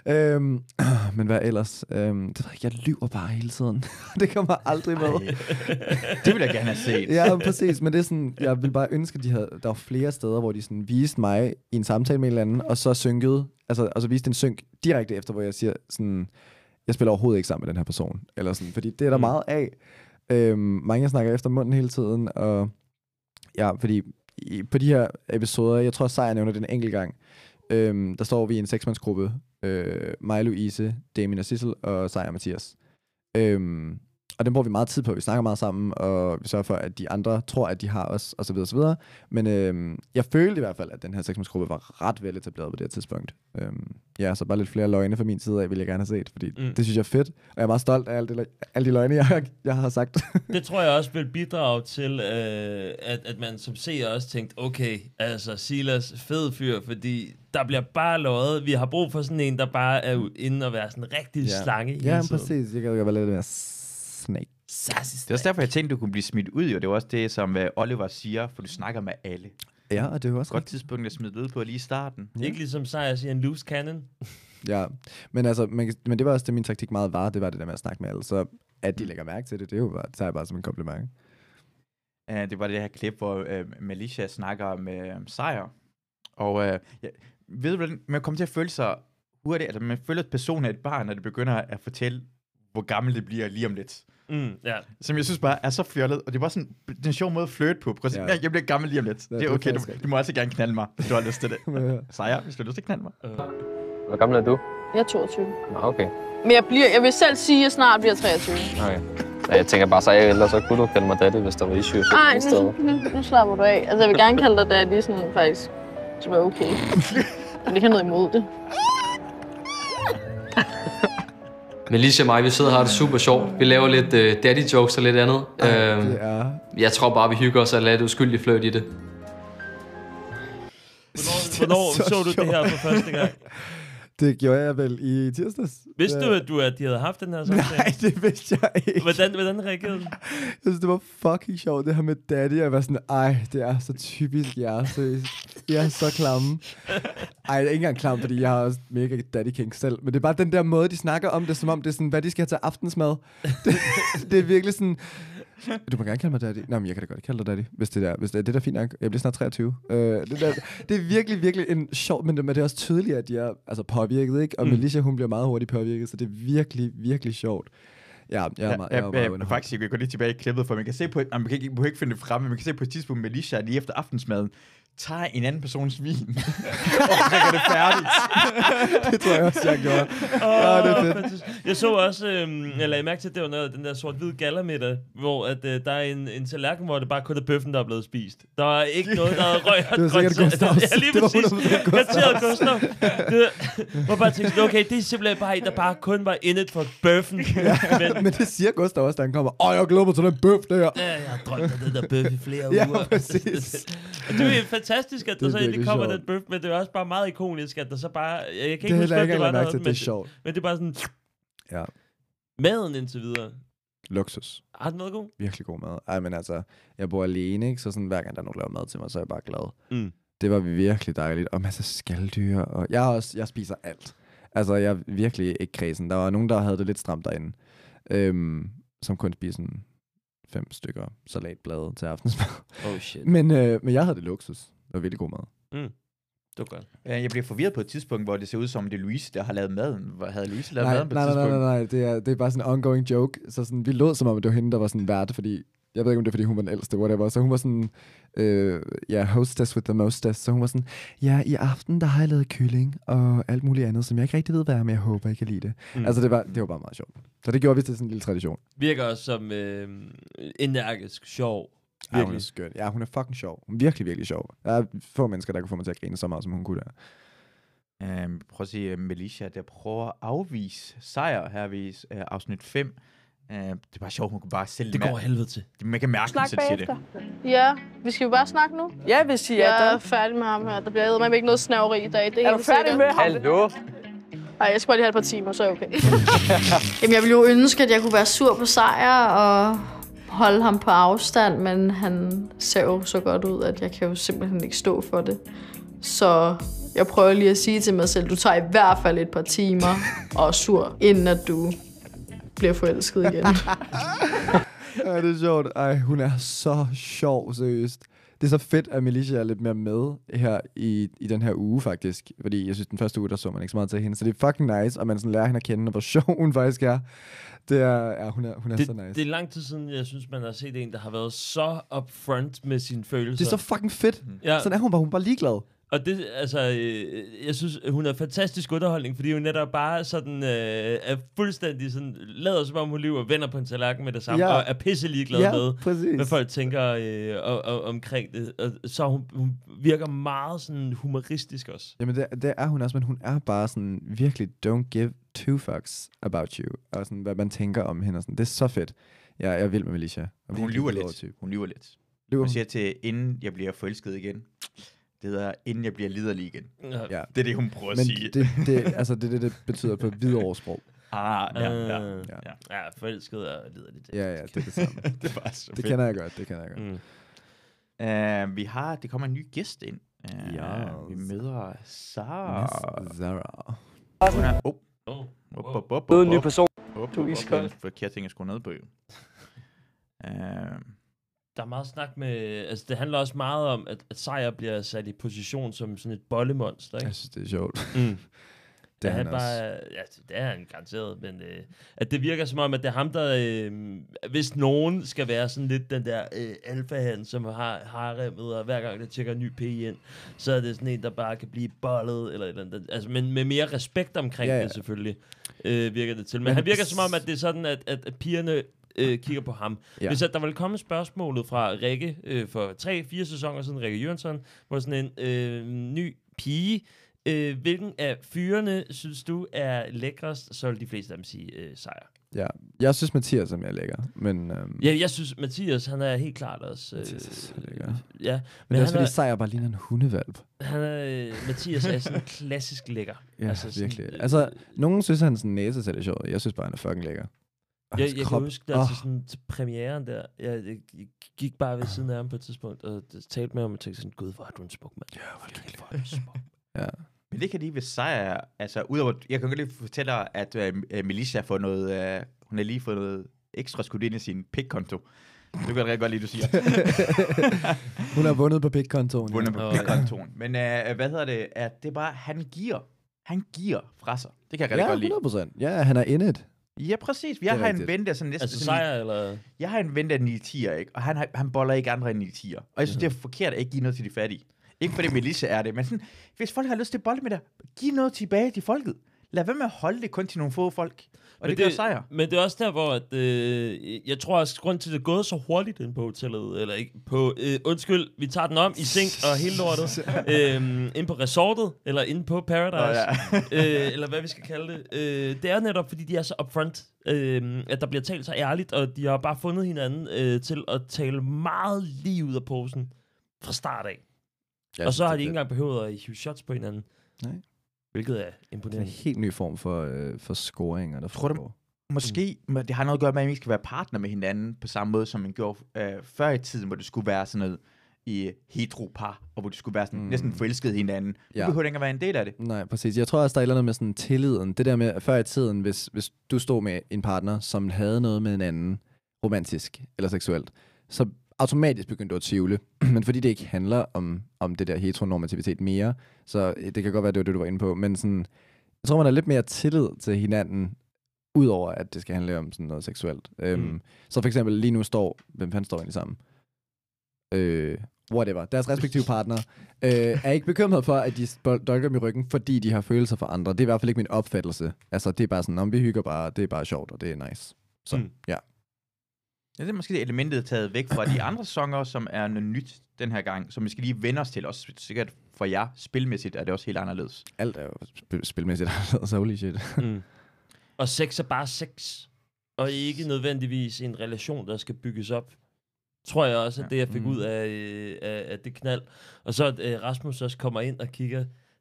Men hvad ellers? Det ved jeg ikke, jeg lyver bare hele tiden. Det kommer aldrig med. Det vil jeg gerne have set. Ja, præcis. Men det er sådan, jeg vil bare ønske, at der var flere steder, hvor de sådan viste mig i en samtale med en eller anden, og så synkede, altså viste en synk direkte efter, hvor jeg siger sådan, jeg spiller overhovedet ikke sammen med den her person. Eller sådan, fordi det er der meget af. Mange snakker efter munden hele tiden, og ja, fordi på de her episoder, jeg tror, Sejr nævner det en enkelt gang, der står vi i en 6-mandsgruppe, mig, Louise, Damien og Sissel, og Sejr og Mathias. Og den bruger vi meget tid på. Vi snakker meget sammen, og vi sørger for, at de andre tror, at de har os, og så videre, og så videre. Men jeg følte i hvert fald, at den her 6-mandsgruppe var ret veletableret på det her tidspunkt. Ja, så bare lidt flere løgne fra min side af, vil jeg gerne have set, fordi det synes jeg er fedt. Og jeg er meget stolt af alle de løgne, jeg har sagt. Det tror jeg også vil bidrage til, at man som seer også tænkt, okay, altså Silas, fed fyr, fordi der bliver bare løjet. Vi har brug for sådan en, der bare er inde og være sådan en rigtig slange. Ja, præcis. Jeg kan jo være lidt mere snake. Det er også derfor, jeg tænkte, du kunne blive smidt ud, og det var også det, som Oliver siger, for du snakker med alle. Ja, og det er jo også godt tidspunkt at smide ud på lige i starten. Ja. Ikke ligesom Sejr siger en loose cannon. Ja, men altså, men det var også det, min taktik meget var, det var det der med at snakke med alle, så at de lægger mærke til det, det er jo bare, tager jeg bare som en kompliment. Det var det her klip, hvor Melissa snakker med Sejr, og ved du hvordan, man kommer til at føle sig hurtigt, altså man føler, at personen er et barn, når det begynder at fortælle, hvor gammel det bliver lige om lidt. Ja. Som jeg synes bare er så fjollet, og det var sådan en sjov måde at flirte på. Præcis. Ja. Jeg bliver gammel lige om lidt. Ja, det er okay, du må også gerne knalde mig, hvis du har lyst til det. Sejr, hvis du har lyst til at knalde mig. Hvor gammel er du? Jeg er 22. Nå, okay. Men jeg vil selv sige, at jeg snart bliver 23. Okay. Ja, jeg tænker bare, så jeg ellers så kunne du kalde mig daddy, hvis der var issue. Nej, nu slapper du af. Altså, jeg vil gerne kalde dig daddy, sådan faktisk, som er okay. Men det kan noget imod det. Melissa og mig, vi sidder og har det super sjovt. Vi laver lidt daddy jokes og lidt andet. Jeg tror bare, vi hygger os og lader det uskyldigt fløjt i det. Hvornår så du det her for første gang? Det gjorde jeg vel i tirsdags. Vidste du, at de havde haft den her samtale? Nej, det vidste jeg ikke. Hvordan reagerede du? Jeg synes, det var fucking sjovt, det her med daddy. Jeg var sådan, det er så typisk jer. Jeg er så klamme. Jeg er ikke engang klam, fordi jeg har også mega daddy king selv. Men det er bare den der måde, de snakker om det, som om det er sådan, hvad de skal have til aftensmad. Det er virkelig sådan... Du må gerne kalde mig daddy. Nej, men jeg kan da godt kalde dig daddy, hvis det er det der fint nok. Jeg bliver snart 23. Det er virkelig, virkelig en sjov, men det er også tydeligt, at de er altså påvirket, ikke? Og Melissa, hun bliver meget hurtigt påvirket, så det er virkelig, virkelig sjovt. Ja, faktisk, jeg kan gå lidt tilbage i klippet, for man kan se på, man kan ikke finde det frem, men man kan se på et tidspunkt, Melissa lige efter aftensmaden, tager en anden persons vin og drikker det færdigt. Det tror jeg også, jeg gjorde. Det er fedt. Jeg så også, jeg lagde mærke til, at det var noget, den der sort-hvid gallamiddag, hvor at, der er en tallerken, hvor det bare kun er bøffen, der er blevet spist. Der var ikke noget, der havde røget. Det var sikkert Gustavs. Ja, lige præcis. Garanteret Gustav. Hvor bare tænkte, okay, det er simpelthen bare en, der bare kun var indet for bøffen. Ja, men det siger Gustav også, da han kommer. Jeg glæder mig til den bøf der. Ja, jeg har drømt af den der bøf i flere uger. Ja, præcis. Det er fantastisk, at der så egentlig kommer den bøf, men det er også bare meget ikonisk, at der så bare... Jeg kan ikke huske, hvad det var noget, det er sjovt. Men det er bare sådan... Ja. Maden indtil videre. Luksus. Har den noget god? Virkelig god mad. Ej, men altså, jeg bor alene, ikke? Så sådan, hver gang der er nogen, der laver mad til mig, så er jeg bare glad. Det var virkelig dejligt. Og masser af skaldyr. Og jeg spiser alt. Altså, jeg er virkelig ikke kredsen. Der var nogen, der havde det lidt stramt derinde. Som kun spiser sådan 5 stykker salatblade til aftensmad. Oh shit. Men jeg havde det luksus. Det var virkelig god mad. Det var godt. Jeg bliver forvirret på et tidspunkt, hvor det ser ud som, det er Louise, der har lavet maden. Havde Louise lavet maden på et tidspunkt? Nej. Det er bare sådan en ongoing joke. Så sådan, vi lød som om, det var hende, der var sådan vært, fordi... Jeg ved ikke, om det er, fordi hun var den ældste, whatever. Så hun var sådan, hostess with the mostess. Så hun var sådan, i aften, der har jeg lavet kylling og alt muligt andet, som jeg ikke rigtig ved, hvad er, men jeg håber, jeg kan lide det. Altså, det var bare meget sjovt. Så det gjorde vi til sådan en lille tradition. Virker også som energisk, sjov. Ja, hun er skøn. Ja, hun er fucking sjov. Hun er virkelig, virkelig sjov. Der er få mennesker, der kunne få mig til at grine så meget, som hun kunne der. Prøv at sige, Melissa, der prøver at afvise sejr her ved afsnit 5. Det er bare sjovt, hun kan bare sælge det. Det går helvede til. Man kan mærke, at siger det. Ja, vi skal jo bare snakke nu. Ja, hvis I jeg er færdig med ham her. Der bliver ikke noget snaveri i dag. Det er du færdig med ham? Hallo? Nej, jeg skal bare lige have et par timer, så er okay. Jamen, jeg ville jo ønske, at jeg kunne være sur på sejr og holde ham på afstand, men han ser jo så godt ud, at jeg kan jo simpelthen ikke stå for det. Så jeg prøver lige at sige til mig selv, du tager i hvert fald et par timer og er sur, inden at du bliver forelsket igen. Ja, det er sjovt. Ej, hun er så sjov, seriøst. Det er så fedt, at Melissa er lidt mere med her i den her uge, faktisk. Fordi jeg synes, den første uge, der så man ikke så meget til hende. Så det er fucking nice, og man sådan lærer hende at kende, og hvor sjov hun faktisk er. Det er, ja, hun er så nice. Det er lang tid siden, jeg synes, man har set en, der har været så upfront med sine følelser. Det er så fucking fedt. Ja. Sådan er hun bare ligeglad. Og det, altså, jeg synes, hun er fantastisk underholdning, fordi hun netop bare sådan, er fuldstændig sådan, lader som om hun lever og vender på en tallerken med det samme, og er pisse ligeglad med, hvad folk tænker omkring det. Og så hun virker meget sådan humoristisk også. Jamen det er hun også, men hun er bare sådan virkelig don't give two fucks about you, og sådan, hvad man tænker om hende og sådan. Det er så fedt. Jeg er vild med Melissa. Hun lyver lidt. Hun lyver lidt. Hun siger til, inden jeg bliver forelsket igen. Det hedder, inden jeg bliver liderlig igen. Ja. Det er det, hun prøver at sige. Det betyder på Hvidovre-sprog. Ja, forelsket og liderlig. Ja, det er det samme. Det var så fedt. Det kender jeg godt. Det kommer en ny gæst ind. Vi møder Sara. Hun er... En ny person. Du er iskold. Forkert ting at skrue ned på. Der er meget snak med... Altså, det handler også meget om, at Sejr bliver sat i position som sådan et bollemonster, ikke? Jeg synes, det er sjovt. Det er han bare... Ja, det er han garanteret, men... at det virker som om, at det er ham, der... hvis nogen skal være sådan lidt den der alfahan, som har haremmet, og hver gang der tjekker en ny P ind, så er det sådan en, der bare kan blive bollet, eller et eller andet. Altså, men med mere respekt omkring det, selvfølgelig, virker det til. Men han virker som om, at det er sådan, at pigerne... kigger på ham. Ja. Hvis der ville komme spørgsmålet fra Rikke for 3-4 sæsoner siden, Rikke Jørgensen, hvor sådan en ny pige, hvilken af fyrene synes du er lækrest, så vil de fleste af dem sige Sejr. Ja, jeg synes Mathias er mere lækker, men... Ja, jeg synes Mathias, han er helt klart også... ja, men det er også fordi Sejr bare ligner en hundevalp. Mathias er sådan klassisk lækker. Ja, altså, virkelig. Altså, nogen synes, han sådan næse selv er sjov. Jeg synes bare, han er fucking lækker. Jeg kan huske, til premieren der, jeg gik bare ved siden af ham på et tidspunkt, og talte med ham og tænkte sådan, gud, hvor er du en smuk mand. Ja, hvor er du smuk. Ja. Men det kan lige ved Sejr, altså udover, jeg kan lige fortælle dig, at Melissa får noget, hun har lige fået noget ekstra skudt ind i sin pikkonto. Det kan jeg rigtig godt lide, du siger. Hun har vundet på pikkontoen. Vundet på pikkontoen. Men hvad hedder det, at det er bare, han giver fra sig. Det kan jeg rigtig godt lide. 100%. Ja, han er in it. Ja, præcis. Jeg har en ven, der sådan næsten... Altså Sejr, eller...? Jeg har en ven, der er 9-10'er, ikke? Og han boller ikke andre end 9-10'er. Og jeg synes, det er forkert at ikke give noget til de fattige. Ikke fordi Melissa er det, men sådan, hvis folk har lyst til at bolle med dig, giv noget tilbage til folket. Lad være med at holde det kun til nogle få folk. Og det gør Sejr. Men det er også der, hvor at, jeg tror også, grund til, at det er gået så hurtigt ind på hotellet, eller ikke på, undskyld, vi tager den om i sink og hele lortet, ind på resortet, eller inde på Paradise, eller hvad vi skal kalde det. Det er netop, fordi de er så upfront, at der bliver talt så ærligt, og de har bare fundet hinanden til at tale meget lige ud af posen fra start af. Og så har de ikke engang behøvet at hive shots på hinanden. Nej. Hvilket er imponerende. Det er en helt ny form for scoringer, der tror du, måske det har noget at gøre med, at man ikke skal være partner med hinanden på samme måde, som man gjorde før i tiden, hvor det skulle være sådan noget i heteropar, og hvor de skulle være sådan, næsten forelsket hinanden. Du behøver ikke at være en del af det. Nej, præcis. Jeg tror også, der er noget med sådan tilliden. Det der med før i tiden, hvis du stod med en partner, som havde noget med en anden, romantisk eller seksuelt, så automatisk begyndte du at tvivle. Men fordi det ikke handler om det der heteronormativitet mere, så det kan godt være, det var det, du var inde på, men sådan, jeg tror, man har lidt mere tillid til hinanden, udover at det skal handle om sådan noget seksuelt. Så for eksempel lige nu står, hvem fanden står egentlig sammen? Whatever. Deres respektive partner er ikke bekymret for, at de dolker dem i ryggen, fordi de har følelser for andre. Det er i hvert fald ikke min opfattelse. Altså, det er bare sådan, om vi hygger bare, det er bare sjovt, og det er nice. Så, ja. Ja, det er måske elementet taget væk fra de andre sanger, som er noget nyt den her gang, som vi skal lige vende os til. Også sikkert for jer, spilmæssigt er det også helt anderledes. Alt er jo spilmæssigt anderledes, holy shit. Og sex er bare sex, og ikke nødvendigvis en relation, der skal bygges op. Tror jeg også, at det jeg fik ud af det knald. Og så at Rasmus også kommer ind og kigger.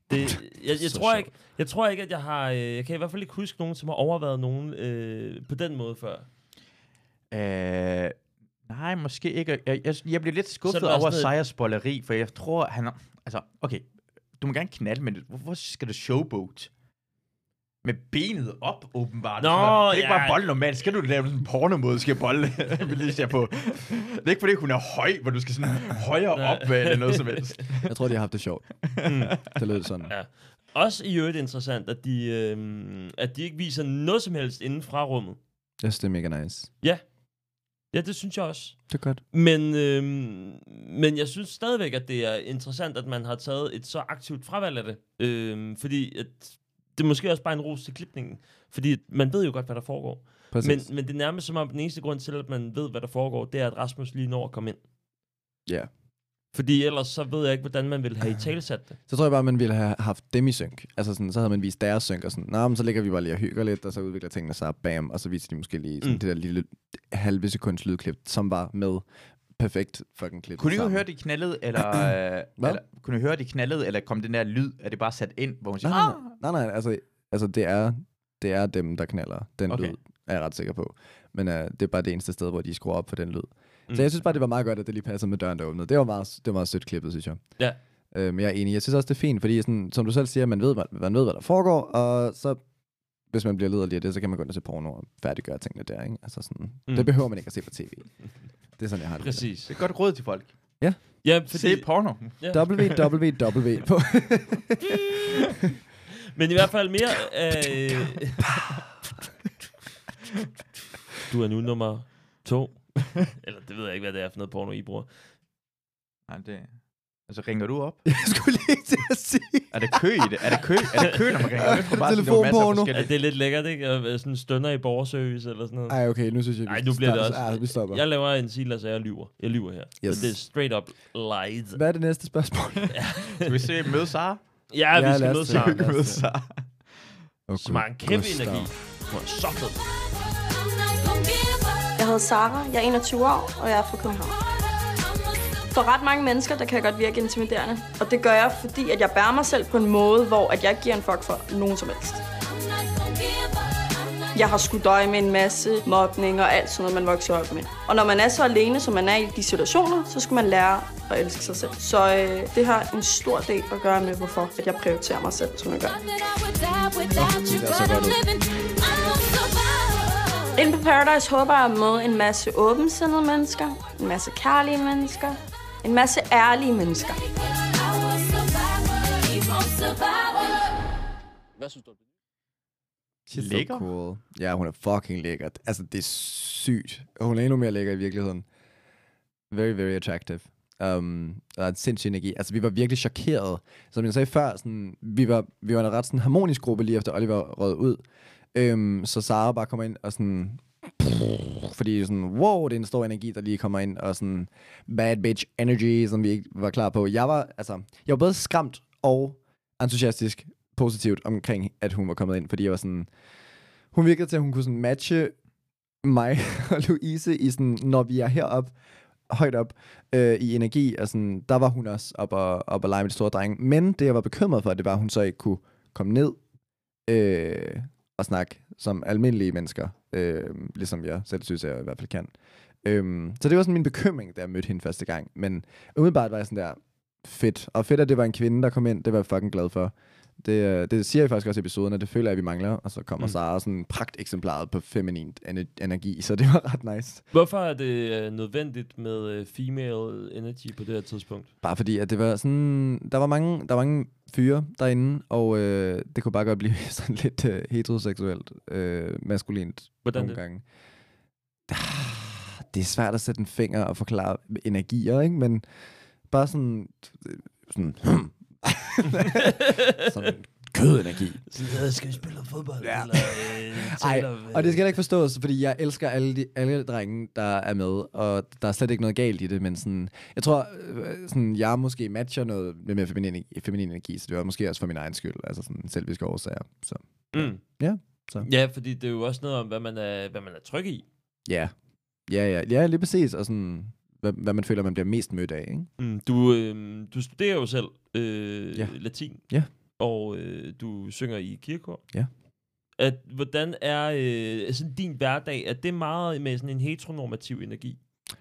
Jeg tror ikke, at jeg har... Jeg kan i hvert fald ikke huske nogen, som har overvejet nogen på den måde før. Nej, måske ikke. Jeg bliver lidt skuffet over Sejers spoileri, for jeg tror, han... Altså, okay, du må gerne knalde, men hvorfor skal du showboat? Med benet op, åbenbart. Nå, det er ikke bare bolle normalt. Skal du lave sådan en porno-måde, skal bolle Melissa på? Det er ikke fordi, hun er høj, hvor du skal sådan højere op eller noget som helst. Jeg tror, de har haft det sjovt. Det lød sådan. Ja. Også i øvrigt interessant, at de ikke viser noget som helst inden fra rummet. Jeg synes, det er mega nice. Ja. Ja, det synes jeg også. Det er godt. Men jeg synes stadigvæk, at det er interessant, at man har taget et så aktivt fravalg af det. Fordi at det er måske også bare en ros til klipningen. Fordi man ved jo godt, hvad der foregår. Men det er nærmest som om, den eneste grund til, at man ved, hvad der foregår, det er, at Rasmus lige når at komme ind. Ja. Fordi ellers så ved jeg ikke, hvordan man ville have i talesat det. Så tror jeg bare, man ville have haft dem i synk. Altså sådan, så havde man vist deres synk, og sådan, men så ligger vi bare lige og hygger lidt, og så udvikler tingene sig, bam, og så viser de måske lige sådan det der lille halve sekunds lydklip, som var med perfekt fucking klip. Kunne du høre, de knaldede, eller kunne du høre, de knaldede, eller kom den der lyd, er det bare sat ind, hvor hun siger, nej, altså det er dem, der knaller den lyd, er jeg ret sikker på. Men det er bare det eneste sted, hvor de skruer op for den lyd. Så jeg synes bare, det var meget godt, at det lige passer med døren, der åbnede. Det var meget sødt klippet, synes jeg. Ja. Men jeg er enig. Jeg synes også, det er fint, fordi sådan, som du selv siger, man ved, hvad der foregår, og så, hvis man bliver liderlig af det, så kan man gå ind og se porno og færdiggøre tingene der, ikke? Altså sådan, det behøver man ikke at se på tv. Det er sådan, jeg har det. Præcis. Det er godt råd til folk. Ja. Fordi... Se porno. Ja. www på. Men i hvert fald mere... Du er nu nummer 2. Eller det ved jeg ikke, hvad det er for noget porno, I bruger. Nej, det... Altså, ringer du op? Jeg skulle lige til at sige. Er det kø i det? Er det kø, når man ringer op? Telefonporno. Det er lidt lækkert, ikke? Og sådan stønner i borgerservice eller sådan noget. Ej, okay, nu synes jeg, nu bliver det også. Ja, vi stopper. Jeg laver en Silas, og jeg lyver her. Yes. Så det er straight up lies. Hvad er det næste spørgsmål? Skal vi se møde Sara? Ja, vi skal møde Sara. Okay. Som har en kæmpe energi. Hun er så fed. Jeg hedder Sara, jeg er 21 år, og jeg er fra København. For ret mange mennesker, der kan jeg godt virke intimiderende. Og det gør jeg, fordi at jeg bærer mig selv på en måde, hvor at jeg ikke giver en fuck for nogen som helst. Jeg har skudt øje med en masse mobning og alt sådan noget, man vokser op med. Og når man er så alene, som man er i de situationer, så skal man lære at elske sig selv. Så det har en stor del at gøre med, hvorfor at jeg prioriterer mig selv, som jeg gør. Inde på Paradise håber jeg at møde en masse åbensindede mennesker, en masse kærlige mennesker, en masse ærlige mennesker. Hvad synes du? She's lækker. So cool. Ja, hun er fucking lækker. Altså, det er sygt. Hun er endnu mere lækker i virkeligheden. Very, very attractive. Og en sindssyg energi. Altså, vi var virkelig chokeret. Som jeg sagde før, sådan, vi var en ret sådan, harmonisk gruppe lige efter Oliver rød ud. Så Sara bare kommer ind og sådan... Fordi sådan, wow, det er en stor energi, der lige kommer ind. Og sådan bad bitch energy, som vi ikke var klar på. Jeg var både skræmt og entusiastisk positivt omkring, at hun var kommet ind. Fordi jeg var sådan... Hun virkede til, at hun kunne sådan matche mig og Louise i sådan, når vi er heroppe, højt op i energi. Og sådan, der var hun også op og lege med de store drenge. Men det, jeg var bekymret for, det var, at hun så ikke kunne komme ned og snakke som almindelige mennesker. Ligesom jeg selv synes, jeg i hvert fald kan. Så det var sådan min bekymring, da jeg mødte hende første gang. Men umiddelbart var jeg sådan der, fedt. Og fedt, at det var en kvinde, der kom ind. Det var jeg fucking glad for. Det siger jeg faktisk også i episoden, at det føler jeg, at vi mangler. Og så kommer Sara sådan pragteksemplaret på feminint energi. Så det var ret nice. Hvorfor er det nødvendigt med female energy på det her tidspunkt? Bare fordi, at det var sådan... Der var mange fyre derinde, og det kunne bare godt blive sådan lidt heteroseksuelt, maskulint. Hvordan nogle gange. Det er svært at sætte en finger og forklare energier, ikke? Men bare sådan kødenergi. Skal vi spille noget fodbold? Ja. Eller, og det skal jeg ikke forstås, fordi jeg elsker alle drenge, der er med, og der er slet ikke noget galt i det, men sådan, jeg tror, sådan, jeg måske matcher noget med mere feminin energi, så det var måske også for min egen skyld, altså sådan selviske årsager. Så. Ja. Så. Ja, fordi det er jo også noget om, hvad man er tryg i. Ja, lige præcis, og sådan, hvad man føler, man bliver mest mødt af, ikke? Du studerer jo selv latin. Ja. Og du synger i kirkekor. Ja. Hvordan er sådan din hverdag? Er det meget med sådan en heteronormativ energi?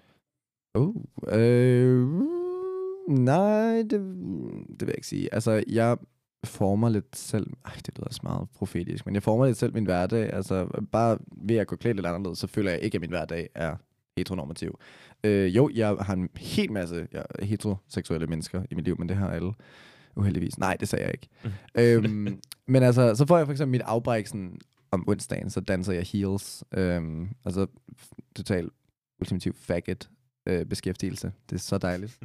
Nej, det vil jeg ikke sige. Altså, jeg former lidt selv... det lyder også meget profetisk, men jeg former lidt selv min hverdag. Altså, bare ved at gå klædt lidt anderledes, så føler jeg ikke, at min hverdag er heteronormativ. Jo, jeg har en helt masse heteroseksuelle mennesker i mit liv, men det har alle uheldigvis. Nej, det sagde jeg ikke. Men altså, så får jeg for eksempel mit afbræk sådan, om onsdagen, så danser jeg heels. Altså, total ultimativ faggot beskæftigelse. Det er så dejligt.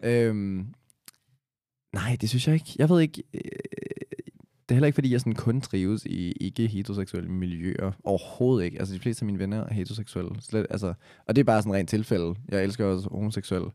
Nej, det synes jeg ikke. Jeg ved ikke... det er heller ikke, fordi jeg sådan kun trives i ikke-heteroseksuelle miljøer. Overhovedet ikke. Altså, de fleste af mine venner er heteroseksuelle. Slet, altså, og det er bare sådan rent tilfælde. Jeg elsker også homoseksuelle.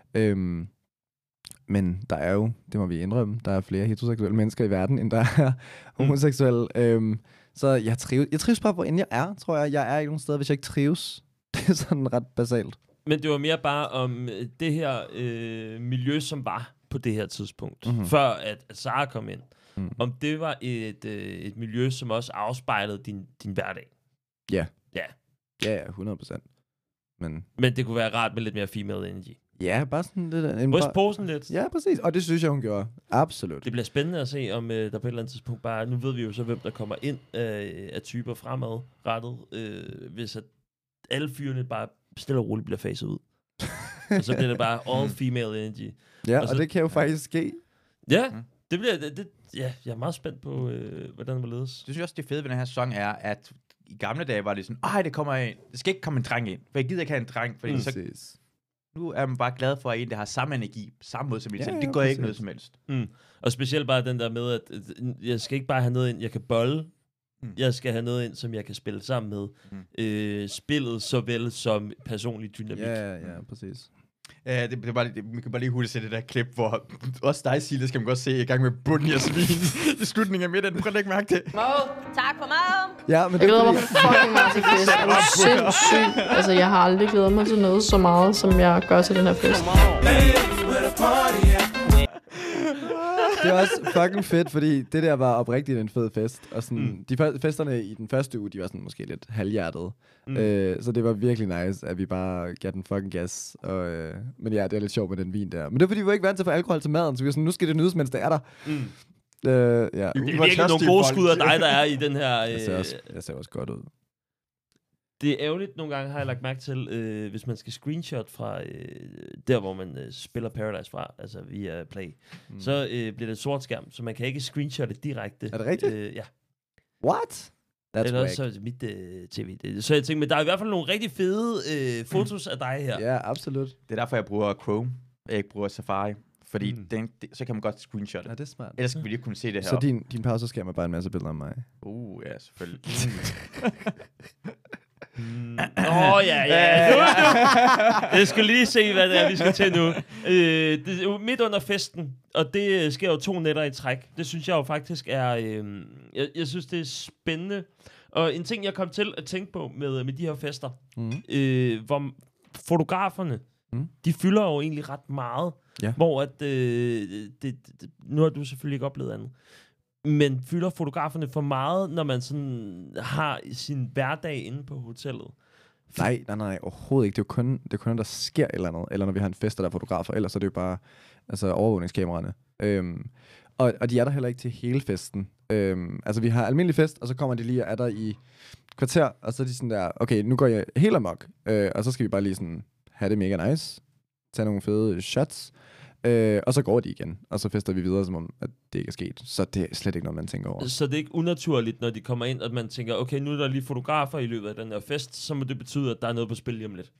Men der er jo, det må vi indrømme, der er flere heteroseksuelle mennesker i verden, end der er homoseksuelle. Så jeg trives bare, hvor end jeg er, tror jeg. Jeg er ikke nogen steder, hvis jeg ikke trives. Det er sådan ret basalt. Men det var mere bare om det her miljø, som var på det her tidspunkt, før at Sara kom ind. Om det var et miljø, som også afspejlede din hverdag. Ja. Ja, 100%. Men det kunne være rart med lidt mere female energy. Ja, bare sådan lidt... Ryst posen lidt. Ja, præcis. Og det synes jeg, hun gjorde. Absolut. Det bliver spændende at se, om der på et eller andet tidspunkt bare... Nu ved vi jo så, hvem der kommer ind af typer fremadrettet, hvis at alle fyrene bare stille og roligt bliver faset ud. Og så bliver det bare all female energy. Ja, og det kan jo faktisk ske. Ja, det bliver... Ja, jeg er meget spændt på, hvordan det ledes. Det synes jeg også, det fede ved den her sæson er, at i gamle dage var det sådan, det kommer ind. Det skal ikke komme en dreng ind, for jeg gider ikke have en dreng, fordi så... Nu er man bare glad for, at en, der har samme energi, samme måde som mig selv. Det går ikke noget som helst. Og specielt bare den der med, at jeg skal ikke bare have noget ind, jeg kan bolle. Jeg skal have noget ind, som jeg kan spille sammen med. Spillet såvel som personlig dynamik. Ja, præcis. Ja, man kan bare lige hurtigt se det der klip, hvor også dig, Silje, skal man godt se i gang med bunden af svin i slutningen af midten. Prøv at lægge mærke til. Tak for maden. Ja, men jeg glæder mig fucking meget til fest. Det er sindssygt. Altså, jeg har aldrig glædet mig til noget så meget, som jeg gør til den her fest. Det er også fucking fedt, fordi det der var oprigtigt en fed fest. Og sådan, de festerne i den første uge, de var sådan måske lidt halvhjertede. Så det var virkelig nice, at vi bare gav den fucking gas. Men ja, det er lidt sjovt med den vin der. Men det er fordi, vi var ikke vant til at få alkohol til maden, så vi var sådan, nu skal det nydes, mens det er der. Det er virkelig nogle gode skud af dig, der er i den her... Jeg ser også godt ud. Det er ærgerligt, nogle gange har jeg lagt mærke til, hvis man skal screenshot fra der, hvor man spiller Paradise fra, altså via Play, så bliver det sort skærm, så man kan ikke screenshotte direkte. Er det rigtigt? Ja. What? Eller også så mit tv. Så jeg tænker, men der er i hvert fald nogle rigtig fede fotos af dig her. Ja, absolut. Det er derfor, jeg bruger Chrome. Jeg ikke bruger Safari. Fordi så kan man godt screenshotte. Ja, det er smart. Ellers skal vi lige kunne se det her. Så din pauserskærm er bare en masse billeder af mig? Ja, selvfølgelig. Ja. Jeg skal lige se, hvad det er, vi skal til nu. Det er midt under festen, og det sker jo 2 nætter i træk. Det synes jeg jo faktisk er... jeg synes, det er spændende. Og en ting, jeg kom til at tænke på med de her fester, hvor fotograferne, de fylder jo egentlig ret meget. Ja. Hvor at... nu har du selvfølgelig ikke oplevet andet. Men fylder fotograferne for meget, når man sådan har sin hverdag inde på hotellet? Nej, overhovedet ikke. Det er jo kun, der sker et eller andet. Eller når vi har en fest, der er fotografer. Ellers er det jo bare overvågningskameraerne. Og de er der heller ikke til hele festen. Altså, vi har almindelig fest, og så kommer de lige og er der i kvarter, og så er de sådan der, okay, nu går jeg helt amok. Og så skal vi bare lige sådan have det mega nice. Tage nogle fede shots. Og så går de igen, og så fester vi videre, som om at det ikke er sket. Så det er slet ikke noget, man tænker over. Så det er ikke unaturligt, når de kommer ind, at man tænker, okay, nu er der lige fotografer i løbet af den her fest, så må det betyde, at der er noget på spil lige om lidt?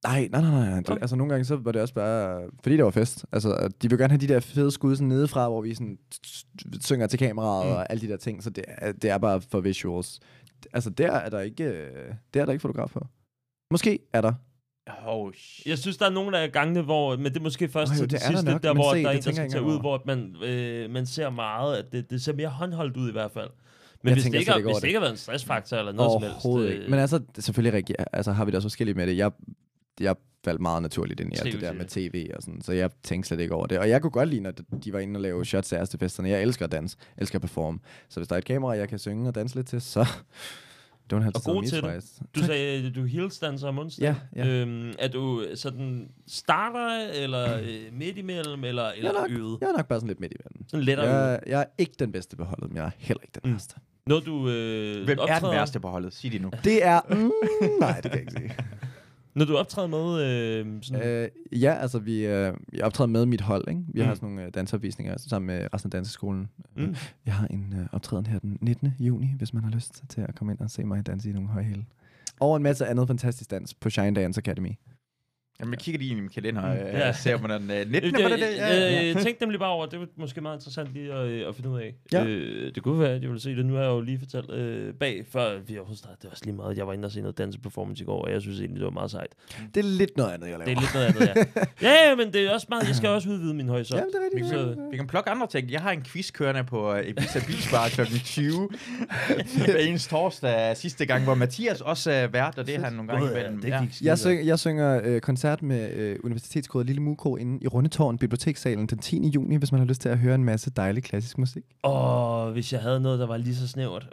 Nej. Altså nogle gange så var det også bare, fordi det var fest. Altså de vil gerne have de der fede skud sådan nedefra, hvor vi sådan synger til kameraet og alle de der ting. Så det er bare for visuals. Altså der er der ikke fotograf på. Måske er der. Jeg synes, der er nogle af gangene, hvor... Men det er måske først til det sidste, der hvor der er en, der skal tage ud, hvor man ser meget, at det ser mere håndholdt ud i hvert fald. Men hvis det ikke har været en stressfaktor eller noget som helst... Ikke. Men altså, selvfølgelig har vi da også forskelligt med det. Jeg faldt meget naturligt ind i alt det der med tv og sådan, så jeg tænkte slet ikke over det. Og jeg kunne godt lide, når de var inde og lave shots af festerne. Jeg elsker at danse, elsker at performe. Så hvis der er et kamera, jeg kan synge og danse lidt til, så... Don't have to tell me twice. Du sagde, du heels-danser om onsdag. Ja. Er du sådan starter, eller midt imellem, eller øvet? Jeg er nok bare sådan lidt midt imellem. Sådan lettere jeg er ikke den bedste på holdet, men jeg er heller ikke den værste. Når du Hvem er den værste på holdet? Sig det nu. Det er... nej, det kan jeg ikke sige. Når du optræder med... sådan... Ja, altså vi optræder med mit hold, ikke? Vi har sådan nogle danseopvisninger sammen med resten af danseskolen. Vi har en optræden her den 19. juni, hvis man har lyst til at komme ind og se mig danse i nogle højhæle. Og en masse andet fantastisk dans på Shine Dance Academy. Jamen, jeg kigger lige i min kalender og ser på den 19. Var det det? Jeg tænkte nemlig bare over, det var måske meget interessant lige at finde ud af. Ja. Det kunne være, at jeg ville se det. Nu har jeg jo lige fortalt bag, før vi overhovedet startede. Det var også lige meget. Jeg var inde og se noget danseperformance i går, og jeg synes egentlig, det var meget sejt. Det er lidt noget andet, jeg laver. Det er lidt noget andet, ja. Ja, men det er også meget. Jeg skal også udvide min horisont. Jamen, det er rigtigt. Vi kan plukke andre ting. Jeg har en quiz kørende på Ibiza Beach Bar kl. 20. Ens torsdag sidste gang, hvor Mathias også er vært, og det er han nogle gange imellem. Jeg synger koncert med Universitetskoret Lille Muko inde i Rundetårn Bibliotekssalen den 10. juni, hvis man har lyst til at høre en masse dejlig klassisk musik. Hvis jeg havde noget, der var lige så snævert.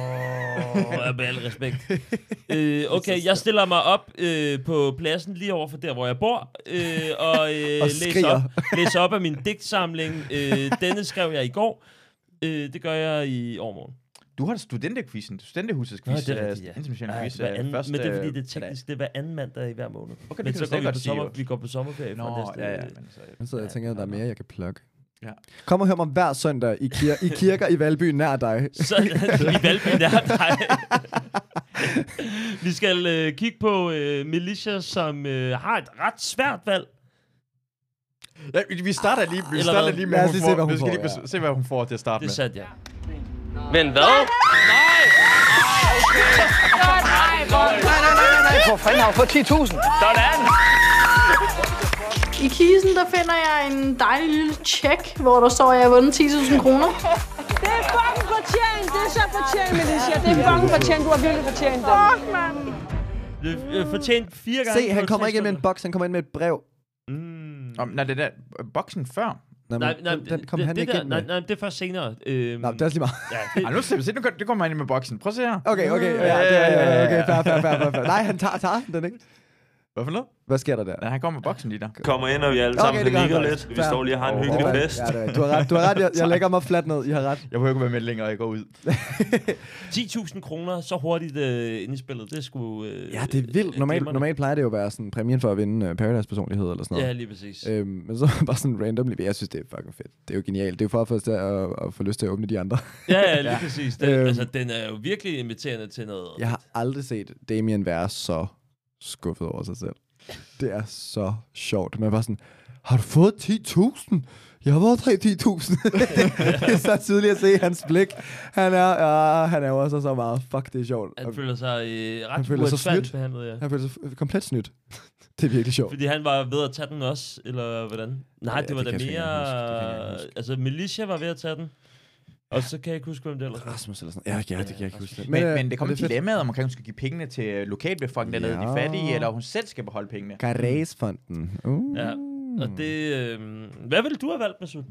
Med al respekt. Okay, jeg stiller mig op på pladsen lige over for der, hvor jeg bor, og læser op af min digtsamling. Denne skrev jeg i går. Det gør jeg i overmorgen. Du har studenterquizzen, studentehusets quiz, internationale quiz. Men det er fordi, det er teknisk, det er hver anden mandag i hver måned. Okay, men så vi går på sommerferie fra næste. Så jeg tænker, at der er mere, jeg kan plukke. Ja. Kom og hør mig hver søndag i kirker i Valby nær dig. I Valby nær dig. Vi skal kigge på Melissa, som har et ret svært valg. Ja, vi starter lige med, vi skal lige se, hvad hun får til at starte med. Det satte jeg. Men hvad? Nej! For fanden har hun fået 10.000. Sådan! I kisten, der finder jeg en dejlig lille check, hvor der står, at jeg har vundet 10.000 kroner. Det er fucking fortjent. Det er så fortjent, Melissa. Det er fucking fortjent. Du har virkelig fortjent det. Fuck, mand. Det er fortjent 4 gange. Se, han kommer ikke ind med en boks, han kommer ind med et brev. Nej, det der boksen før. Nej, den kom han ikke ind med. Nej, det er først senere. Nej, det er også lige meget. Nu kommer han ind med boksen. Prøv at se her. Okay, fair. Nej, han tager den ikke. Hvad for noget? Hvad sker der der? Ja, han kommer med boksen lige der. Kommer ind, og vi alle sammen nikker lidt. Vi står lige og har en hyggelig fest. Ja, du har ret. Jeg lægger mig fladt ned. I har ret. Jeg behøver ikke være med længere, jeg går ud. 10.000 kroner så hurtigt ind i spillet. Det skulle... Ja, det er vildt. Normalt plejer det jo at være sådan præmien for at vinde Paradise-personlighed eller sådan noget. Ja, lige præcis. Men så bare sådan randomly. Jeg synes, det er fucking fedt. Det er jo genialt. Det er jo for at få os til at få lyst til at åbne de andre. Ja, lige præcis. Den er jo virkelig inviterende til noget. Jeg har aldrig set Damien være så skuffet over sig selv. Det er så sjovt. Man er bare sådan, har du fået 10.000? Jeg har fået 10.000. Det er så tydeligt at se hans blik. Han er jo også så meget. Fuck, det er sjovt. Han føler sig ret uretfærdigt behandlet, ja. Han føler sig komplet snydt. Det er virkelig sjovt. Fordi han var ved at tage den også, eller hvordan? Nej, det var da mere... Altså, Melissa var ved at tage den. Og så kan jeg ikke huske, hvem det ellers var. Rasmus eller sådan. Ja, det kan jeg ikke huske. Men det kommer dilemmaet, om man skal give pengene til lokalbefolkningen dernede, de fattige, eller hun selv skal beholde pengene. Carrés-fonden. Ja, og det... hvad vil du have valgt, Masud?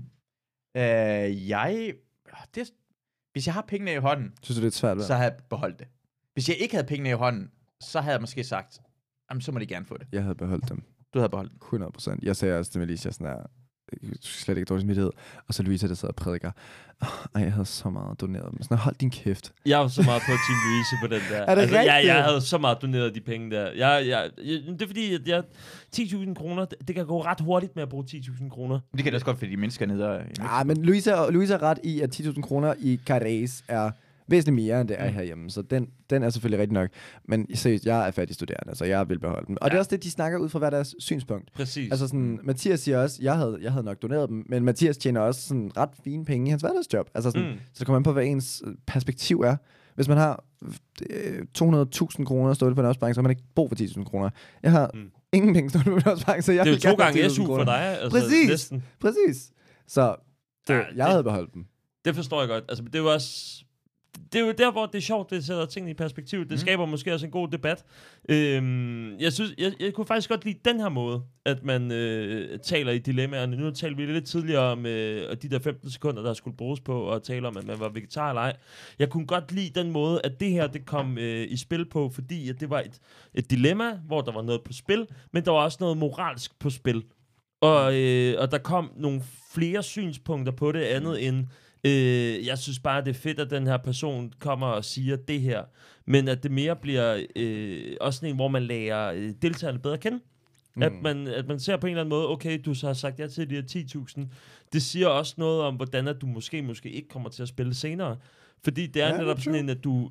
Hvis jeg har pengene i hånden, synes du, det er et svært valg? Så har jeg beholdt det. Hvis jeg ikke havde pengene i hånden, så havde jeg måske sagt, jamen, så må de gerne få det. Jeg havde beholdt dem. Du havde beholdt dem? 100%. Jeg sagde også til Melissa sådan her, slet ikke dårlig smittighed. Og så Louise, der sidder og prædiker. Jeg havde så meget doneret dem. Sådan, hold din kæft. Jeg var så meget på Team Louise på den der. Er det rigtigt? Jeg havde så meget doneret de penge der. Det er fordi, at 10.000 kroner, det kan gå ret hurtigt med at bruge 10.000 kroner. Det kan da også godt, fordi de mennesker nede. Men Louise er ret i, at 10.000 kroner i Carrés er væsentligt mere, end det er herhjemme. Så den er selvfølgelig rigtig nok. Men seriøst, jeg er fattig studerende, så jeg vil beholde dem. Og det er også det, de snakker ud fra hver deres synspunkt. Præcis. Altså sådan, Mathias siger også, jeg havde nok doneret dem, men Mathias tjener også sådan ret fine penge i hans hverdagsjob. Altså sådan, så det kommer an på, hvad ens perspektiv er. Hvis man har 200.000 kroner stående på en opsparing, så har man ikke brug for 10.000 kroner. Jeg har ingen penge stående på en opsparing, så jeg det er jo 2 gange SU for dig. Altså Præcis. Så jeg havde beholdt dem. Det forstår jeg godt. Altså, det er jo også... Det er jo der, hvor det er sjovt, det sætter tingene i perspektiv. Det skaber måske også en god debat. Jeg synes, jeg kunne faktisk godt lide den her måde, at man taler i dilemmaerne. Nu talte vi lidt tidligere om de der 15 sekunder, der skulle bruges på at tale om, at man var vegetar eller ej. Jeg kunne godt lide den måde, at det her det kom i spil på, fordi at det var et dilemma, hvor der var noget på spil, men der var også noget moralsk på spil. Og der kom nogle flere synspunkter på det andet end... jeg synes bare, det er fedt, at den her person kommer og siger det her, men at det mere bliver også sådan en, hvor man lærer deltagerne bedre at kende. At man ser på en eller anden måde, okay, du så har sagt ja til de her 10.000. Det siger også noget om, hvordan at du måske ikke kommer til at spille senere. Fordi det er netop sådan en, at du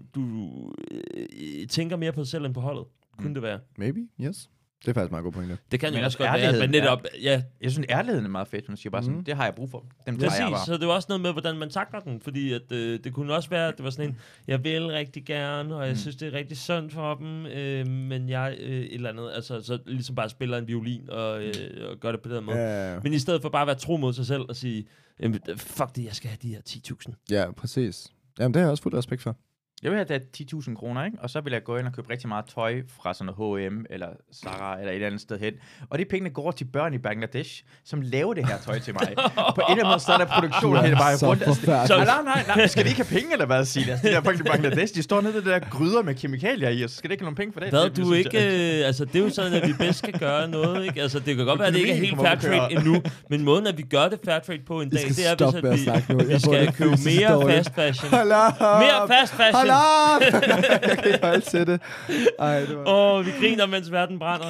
tænker mere på dig selv end på holdet. Kunne det være? Maybe, yes. Det er faktisk meget god pointe. Det kan jo også godt være, at man netop... Ja. Jeg synes, ærligheden er meget fedt. Hun siger bare sådan, det har jeg brug for. Præcis, så det var også noget med, hvordan man takler den. Fordi at, det kunne også være, at det var sådan en, jeg vil rigtig gerne, og jeg synes, det er rigtig synd for dem, men jeg et eller andet, altså så ligesom bare spiller en violin og gør det på den måde. Yeah. Men i stedet for bare at være tro mod sig selv og sige, fuck det, jeg skal have de her 10.000. Ja, præcis. Jamen, det har jeg også fuld respekt for. Jeg vil have det 10.000 kroner, ikke? Og så vil jeg gå ind og købe rigtig meget tøj fra sådan noget H&M eller Zara eller et eller andet sted hen. Og de pengene går til børn i Bangladesh, som laver det her tøj til mig. På en eller anden måde, så er der produktion helt bare rundt. Nej, skal de ikke have penge, eller hvad at sige? Altså, de der folk i Bangladesh, de står nede i det der gryder med kemikalier i, og så skal det ikke have nogen penge for det. Hvad, du ikke... altså, det er jo sådan, at vi bedst skal gøre noget, ikke? Altså, det kan godt være, at det ikke er helt fair trade endnu, men måden, at vi gør det fair trade på en dag, det er, hvis at vi skal købe mere fast fashion. Mere fast fashion! Jeg kan ikke holde til det. Vi griner, mens verden brænder.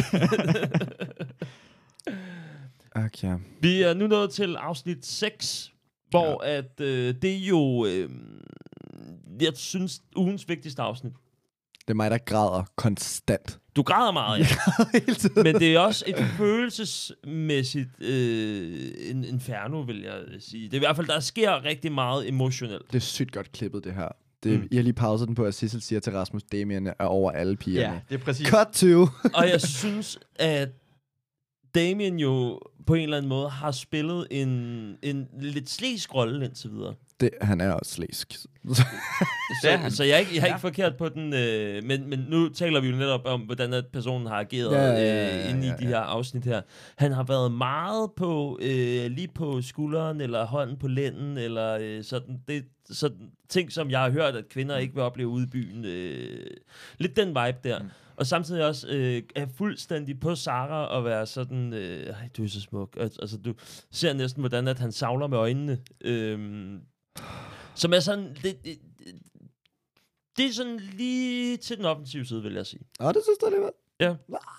Okay. Vi er nu nået til afsnit 6, hvor at det er jo, jeg synes, ugens vigtigste afsnit. Det er mig, der græder konstant. Du græder meget, ja. Men det er også et følelsesmæssigt inferno, vil jeg sige. Det er i hvert fald, der sker rigtig meget emotionelt. Det er sygt godt klippet, det her. Jeg har lige pauset den på, at Sissel siger til Rasmus, Damien er over alle pigerne. Ja, det er præcis. Cut to! Og jeg synes, at Damien jo på en eller anden måde har spillet en lidt slæsk rolle indtil videre. Han er også slæsk. Så jeg er ikke forkert på den, men nu taler vi jo netop om, hvordan at personen har ageret inde i de her afsnit her. Han har været meget på lige på skulderen, eller hånden på lænden, eller sådan. Det sådan ting, som jeg har hørt, at kvinder ikke vil opleve ude i byen. Lidt den vibe der. Og samtidig også er fuldstændig på Sara og være sådan, du er så smuk. Altså, du ser næsten, hvordan at han savler med øjnene. Som er sådan, det er sådan lige til den offensive side, vil jeg sige. Det synes jeg alligevel. Ja.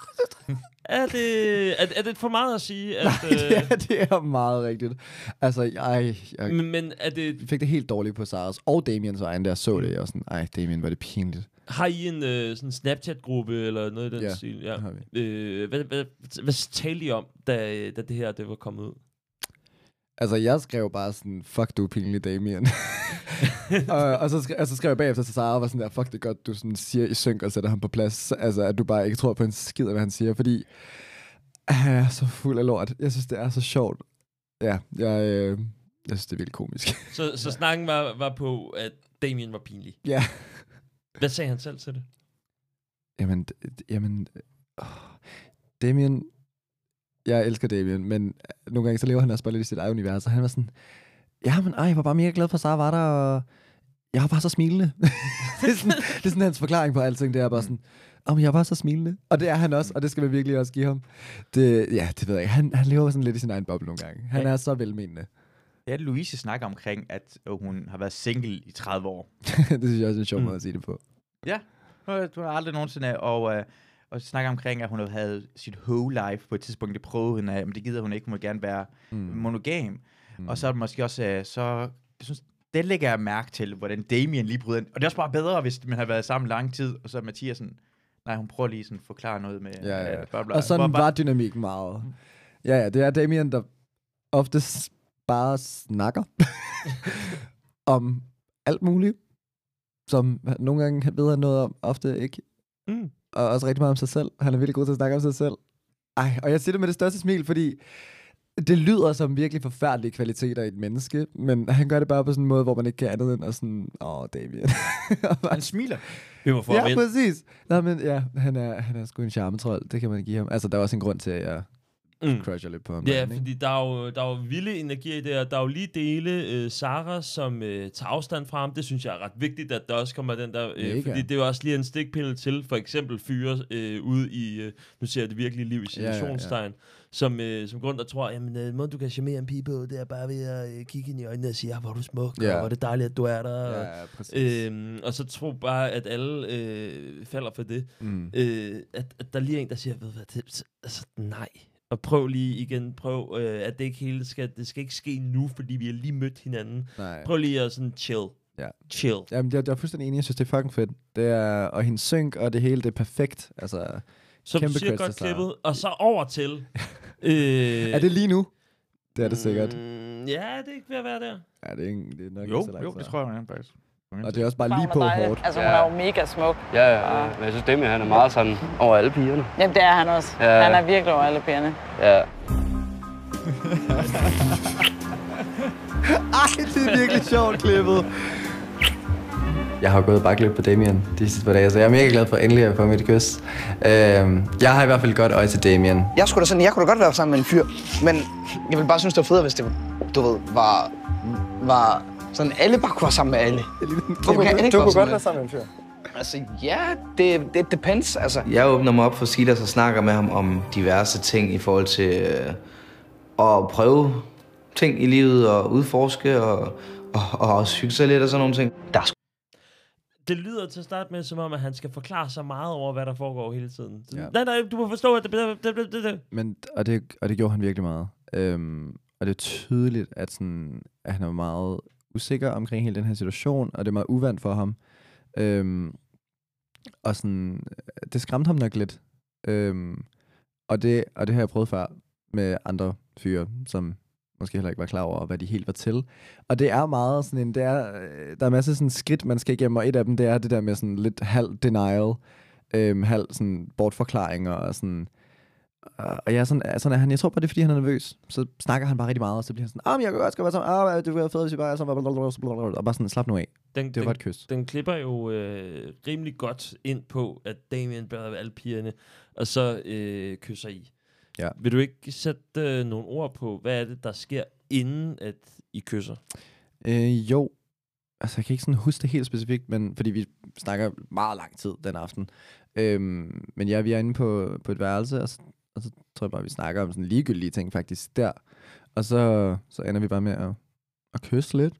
Er det for meget at sige? At, nej, det er meget rigtigt. Altså, men er det... Vi fik det helt dårligt på Saras og Damiens øjne, der så det. Og sådan, Damien, var det pinligt. Har I en sådan Snapchat-gruppe eller noget i den stil? Ja, har vi. Hvad talte I om, da det her det var kommet ud? Altså, jeg skrev bare sådan, fuck, du er pinlig, Damien. og så skrev jeg bagefter til Sara, og var sådan der, fuck, det er godt, du sådan siger i synk og sætter ham på plads. Altså, at du bare ikke tror på en skid af, hvad han siger, fordi han er så fuld af lort. Jeg synes, det er så sjovt. Ja, jeg synes, det er virkelig komisk. så snakken var på, at Damien var pinlig? Ja. Hvad sagde han selv til det? Jamen Damien... Jeg elsker Damien, men nogle gange så lever han også bare lidt i sit eget univers, og han var sådan, jeg var bare mega glad for, at Sara var der, og jeg var bare så smilende. det er sådan hans forklaring på alting, det er bare sådan, jeg var så smilende. Og det er han også, og det skal vi virkelig også give ham. Det ved jeg ikke. Han lever sådan lidt i sin egen boble nogle gange. Han er så velmenende. Det er Louise snakker omkring, at hun har været single i 30 år. Det synes jeg også er en sjov måde at sige det på. Ja, du har aldrig nogensinde, og snakker omkring, at hun havde sit whole life på et tidspunkt, det prøvede hende af, men det gider hun ikke, hun må gerne være monogam. Og så er det måske også, jeg synes, det lægger jeg mærke til, hvordan Damien lige bryder ind. Og det er også bare bedre, hvis man har været sammen lang tid, og så Mathias sådan, nej, hun prøver lige sådan at forklare noget med... Ja. Og sådan var dynamikken meget. Ja, det er Damien, der oftest bare snakker om alt muligt, som nogle gange ved han noget om, ofte ikke. Og også rigtig meget om sig selv. Han er virkelig god til at snakke om sig selv. Og jeg siger det med det største smil, fordi det lyder som virkelig forfærdelige kvaliteter i et menneske, men han gør det bare på sådan en måde, hvor man ikke kan andet end at sådan, Damien. Han smiler. Ja, præcis. Nej, men ja, han er sgu en charmetrold, det kan man give ham. Altså, der er også en grund til, at jeg crusher lidt på ham. Ja, fordi der er jo vilde energier i det, og der er jo lige dele Sarah, som tager afstand fra ham. Det synes jeg er ret vigtigt, at der også kommer den der, fordi det er jo også lige en stikpille til, for eksempel fyre ude i, nu ser jeg det virkelige liv i situationstegn, som grund der tror, jamen, måden du kan charmere en pige på, det er bare ved at kigge ind i øjnene og sige, hvor er du smuk, og hvor er det dejligt, at du er der. Ja, præcis. Og så tror bare, at alle falder for det. At der lige er en, der siger, ved hvad, altså nej. Og prøv lige igen, at det ikke hele det skal ikke ske nu, fordi vi har lige mødt hinanden. Nej. Prøv lige at sådan chill. Ja. Chill. Jamen, jeg er fuldstændig enig. Jeg synes, det er fucking fedt. Det er, og hendes synk og det hele, det er perfekt. Altså, som du siger godt klippet. Og så over til... er det lige nu? Det er det sikkert. Ja, det er ikke ved at være der. Ja, det er nok jo, ikke så langt. Jo, det tror jeg faktisk. Og det er også bare lige på hårdt. Altså, hun er jo mega smuk. Ja. Men jeg synes, Damien, han er meget sådan over alle pigerne. Jamen, det er han også. Ja. Han er virkelig over alle pigerne. Ja. Det er virkelig sjovt klippet. Jeg har gået bare glip på Damien de sidste par dage, så jeg er mega glad for endelig at få mit kys. Jeg har i hvert fald godt øje til Damien. Jeg kunne da godt være sammen med en fyr, men jeg ville bare synes, det var federe, hvis det var sådan, alle bare kunne være sammen med alle. Du kunne godt være sammen med en fyr. Altså, ja, det depends, altså. Jeg åbner mig op for Silas og snakker med ham om diverse ting i forhold til at prøve ting i livet og udforske og også hygge sig lidt og sådan nogle ting. Det lyder til at starte med, som om, at han skal forklare så meget over, hvad der foregår hele tiden. Ja. Nej, du må forstå, at det. Men, og det gjorde han virkelig meget. Og det er tydeligt, at han er meget usikker omkring hele den her situation, og det er meget uvant for ham. Og sådan, det skræmte ham nok lidt. Og det har jeg prøvet før med andre fyre, som måske heller ikke var klar over, hvad de helt var til. Og det er meget sådan der er masser af sådan skridt, man skal igennem, og et af dem, det er det der med sådan lidt halv denial, halv sådan bortforklaringer, og sådan. Og jeg er sådan er han. Jeg tror bare, det er, fordi han er nervøs. Så snakker han bare rigtig meget, og så bliver han sådan, jeg kan godt være sammen, det ville være fedt, hvis vi bare er sammen, og bare sådan, slap nu af. Det var bare et kys. Den klipper jo rimelig godt ind på, at Damien bør alle pigerne, og så kysser I. Ja. Vil du ikke sætte nogle ord på, hvad er det, der sker, inden at I kysser? Jo. Altså, jeg kan ikke sådan huske det helt specifikt, men fordi vi snakker meget lang tid den aften. Men ja, vi er inde på et værelse, og så tror jeg bare, vi snakker om sådan ligegyldige ting faktisk der. Og så ender vi bare med at kysse lidt.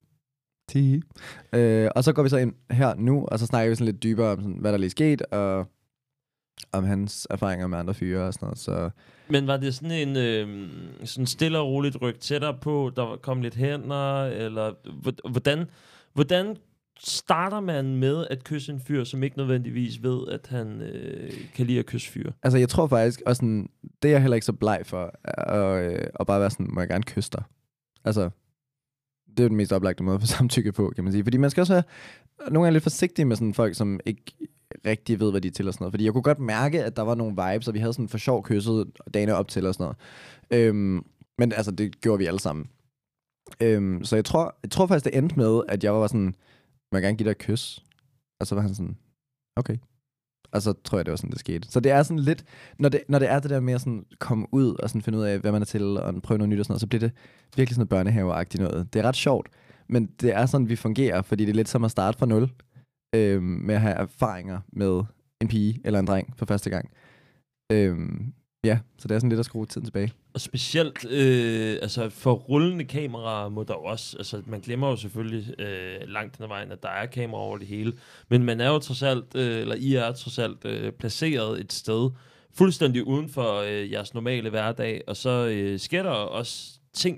Og så går vi så ind her nu, og så snakker vi sådan lidt dybere om, sådan, hvad der lige sket, og om hans erfaringer med andre fyre og sådan noget. Så. Men var det sådan en sådan stille og roligt ryk tættere på, der kom lidt hænder, eller hvordan starter man med at kysse en fyr, som ikke nødvendigvis ved, at han kan lide at kysse fyre? Altså, jeg tror faktisk, og sådan, det er jeg heller ikke så bleg for, at bare være sådan, må jeg gerne kysse dig? Altså, det er jo den mest oplagte måde for samtykke på, kan man sige. Fordi man skal også være nogle gange lidt forsigtig med sådan folk, som ikke rigtig ved, hvad de er til og sådan noget. Fordi jeg kunne godt mærke, at der var nogle vibes, og vi havde sådan for sjov kysset dagene op til og sådan noget. Men altså, det gjorde vi alle sammen. Så jeg tror faktisk, det endte med, at jeg var sådan, må jeg gerne give dig et kys? Og så var han sådan, okay. Og så tror jeg, det var sådan, det skete. Så det er sådan lidt, når det er det der med at sådan komme ud og sådan finde ud af, hvad man er til, og prøve noget nyt og sådan noget, så bliver det virkelig sådan noget børnehaveagtigt noget. Det er ret sjovt, men det er sådan, vi fungerer, fordi det er lidt som at starte fra 0, med at have erfaringer med en pige eller en dreng for første gang. Ja, så det er sådan lidt at skrue tiden tilbage. Og specielt, altså for rullende kameraer må der også, altså man glemmer jo selvfølgelig langt hen ad vejen, at der er kamera over det hele, men man er jo trods alt, eller I er trods alt placeret et sted, fuldstændig uden for jeres normale hverdag, og så sker der også ting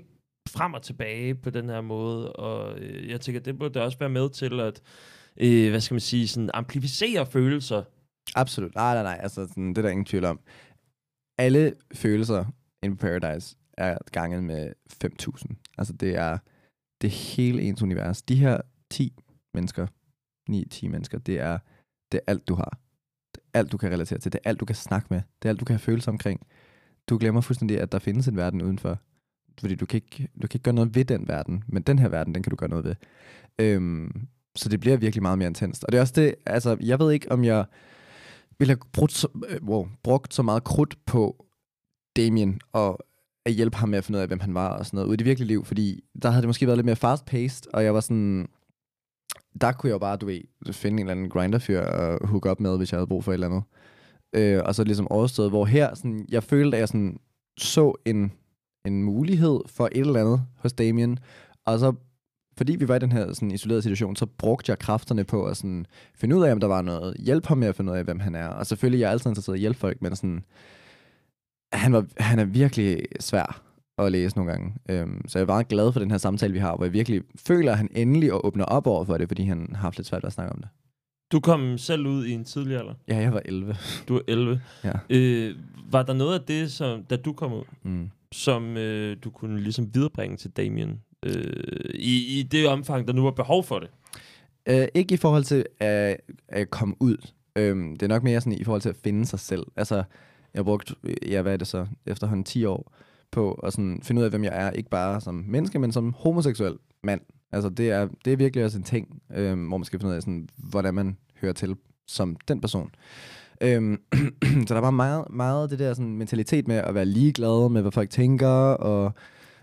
frem og tilbage på den her måde, og jeg tænker, det burde også være med til at, hvad skal man sige, sådan amplificere følelser. Absolut. Nej. Altså, sådan, det er der ingen tvivl om. Alle følelser in Paradise er ganget med 5.000. Altså, det er hele ens univers. De her 10 mennesker, 9-10 mennesker, det er alt, du har. Det er alt, du kan relatere til. Det er alt, du kan snakke med. Det er alt, du kan have følelser omkring. Du glemmer fuldstændig, at der findes en verden udenfor. Fordi du kan ikke gøre noget ved den verden. Men den her verden, den kan du gøre noget ved. Så det bliver virkelig meget mere intenst. Og det er også det, altså, jeg ved ikke, om jeg ville have brugt så meget krudt på Damien, og at hjælpe ham med at finde ud af, hvem han var, og sådan noget, ude i det virkelige liv, fordi der havde det måske været lidt mere fast-paced, og jeg var sådan, der kunne jeg jo bare, finde en eller anden grinderfyr og hook op med, hvis jeg havde brug for et eller andet. Og så ligesom overstået, hvor her, sådan, jeg følte, at jeg sådan, så en mulighed for et eller andet hos Damien, og så fordi vi var i den her sådan, isolerede situation, så brugte jeg kræfterne på at sådan, finde ud af, om der var noget. Hjælpe ham med at finde ud af, hvem han er. Og selvfølgelig, jeg er altid interesseret i at hjælpe folk, men sådan, han er virkelig svær at læse nogle gange. Så jeg er meget glad for den her samtale, vi har, hvor jeg virkelig føler, at han endelig åbner op over for det, fordi han har haft lidt svært ved at snakke om det. Du kom selv ud i en tidlig alder? Ja, jeg var 11. Du var 11? Ja. Var der noget af det, som, da du kom ud, som du kunne ligesom viderebringe til Damien? I det omfang, der nu var behov for det? Ikke i forhold til at komme ud. Det er nok mere sådan i forhold til at finde sig selv. Altså, jeg har brugt, hvad er det så, efterhånden 10 år på at sådan finde ud af, hvem jeg er. Ikke bare som menneske, men som homoseksuel mand. Altså, det er virkelig også en ting, hvor man skal finde ud af, sådan, hvordan man hører til som den person. Så der var meget det der sådan, mentalitet med at være ligeglad med, hvad folk tænker, og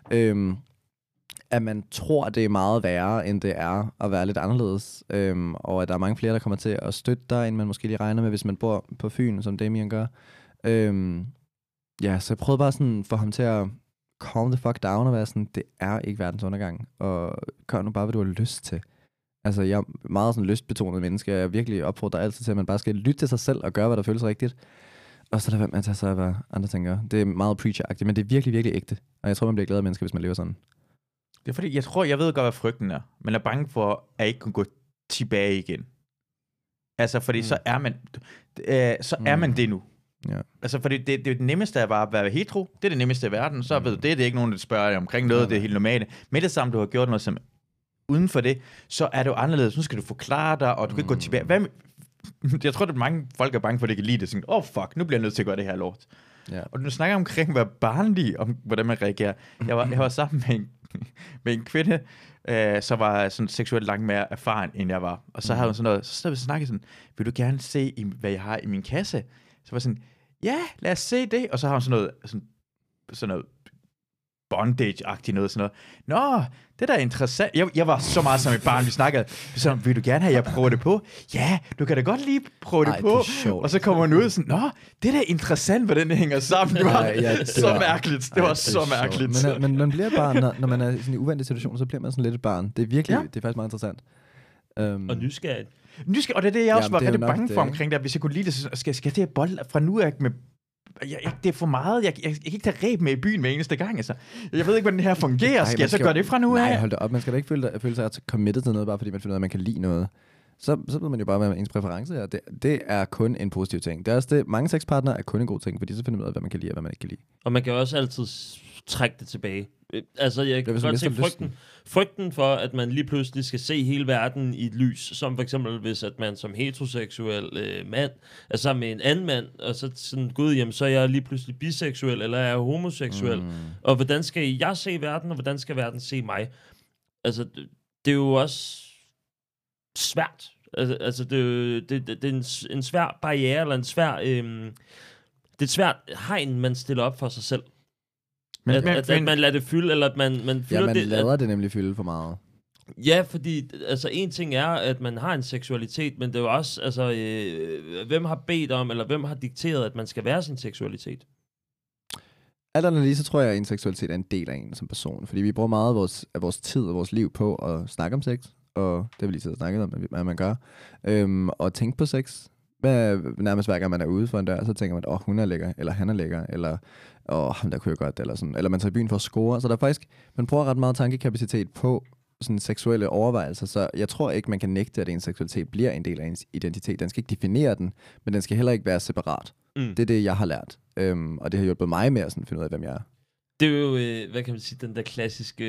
at man tror, det er meget værre, end det er at være lidt anderledes. Og at der er mange flere, der kommer til at støtte dig, end man måske lige regner med, hvis man bor på Fyn, som Damien gør. Ja, så jeg prøvede bare sådan for ham til at calm the fuck down og være sådan, det er ikke verdens undergang. Og gør nu bare, hvad du har lyst til. Altså, jeg er meget sådan lystbetonet menneske, og jeg virkelig opfordrer altid til, at man bare skal lytte til sig selv og gøre, hvad der føles rigtigt. Og så lad være med at tage sig af, hvad andre tænker. Det er meget preacher-agtigt, men det er virkelig, virkelig ægte. Og jeg tror, man bliver glad af mennesker, hvis man lever sådan. Det er fordi, jeg ved godt, hvad frygten er. Man er bange for, at ikke kunne gå tilbage igen. Altså, fordi så er man det nu. Ja. Altså, fordi det nemmeste er bare at være hetero. Det er det nemmeste i verden. Så ved du, det er ikke nogen, der spørger dig omkring noget. Det er helt normalt. Med det samme, du har gjort noget som uden for det, så er det jo anderledes. Nu skal du forklare dig, og du kan ikke gå tilbage. Jeg tror, at mange folk er bange for, at de kan lide det. Sådan, fuck, nu bliver jeg nødt til at gøre det her lort. Ja. Og du snakker omkring at være barnlig, om hvordan man reagerer. Jeg var sammen med en kvinde, som var sådan seksuelt langt mere erfaren, end jeg var. Og så havde hun sådan noget, så snakkede sådan, vil du gerne se, hvad jeg har i min kasse? Så var sådan, ja, lad os se det. Og så har hun sådan noget bondage-agtigt noget, sådan noget. Nå, det der er interessant. Jeg var så meget som et barn, vi snakkede. Så vil du gerne have, jeg prøver det på? Ja, du kan da godt lige prøve det på. Og så kommer hun ud sådan, nå, det der er interessant, hvordan det hænger sammen. Det var så mærkeligt. Det var så mærkeligt. Men man bliver bare, når man er sådan i uventede situationer, så bliver man sådan lidt et barn. Det er virkelig, det er faktisk meget interessant. Og nysgerrigt. Og det er det, jeg også var rigtig bange for omkring det. Hvis jeg kunne lide det, så skal det her bold fra nu af med... det er for meget. Jeg kan ikke tage reb med i byen hver eneste gang. Altså. Jeg ved ikke, hvordan det her fungerer. Skal jeg så gøre det fra nu af? Nej, hold da op. Man skal da ikke føle sig committed til noget, bare fordi man finder ud af, at man kan lide noget. Så ved man jo bare, hvad ens præference er. Det er kun en positiv ting. Det er også det. Mange sexpartnere er kun en god ting, fordi så finder man ud af, hvad man kan lide og hvad man ikke kan lide. Og man kan også altid trække det tilbage. Altså, jeg kan godt se frygten for, at man lige pludselig skal se hele verden i et lys, som for eksempel, hvis at man som heteroseksuel mand er sammen med en anden mand, og så sådan, gud, jamen, så er jeg lige pludselig biseksuel, eller er jeg homoseksuel, og hvordan skal jeg se verden, og hvordan skal verden se mig? Altså, det er jo også svært. Altså, det er en svær barriere, eller en svær... det er et svært hegn, man stiller op for sig selv. At man lader det fylde, eller at man fylder man lader det nemlig fylde for meget. Ja, fordi altså en ting er, at man har en seksualitet, men det er jo også, altså, hvem har bedt om, eller hvem har dikteret, at man skal være sin seksualitet? Alt andet lige, så tror jeg, at en seksualitet er en del af en som person. Fordi vi bruger meget af vores tid og vores liv på at snakke om sex, og det har vi lige siddet og snakket om, hvad man gør, og tænke på sex. Nærmest hver gang man er ude for en dør, så tænker man, hun er lækker, eller han er lækker, eller ham der kunne jeg godt, eller sådan. Eller man tager i byen for at score. Så der er faktisk, man bruger ret meget tankekapacitet på sådan seksuelle overvejelser, så jeg tror ikke, man kan nægte, at ens seksualitet bliver en del af ens identitet. Den skal ikke definere den, men den skal heller ikke være separat. Det er det, jeg har lært. Og det har hjulpet mig med at sådan finde ud af, hvem jeg er. Det er jo, hvad kan man sige, den der klassiske,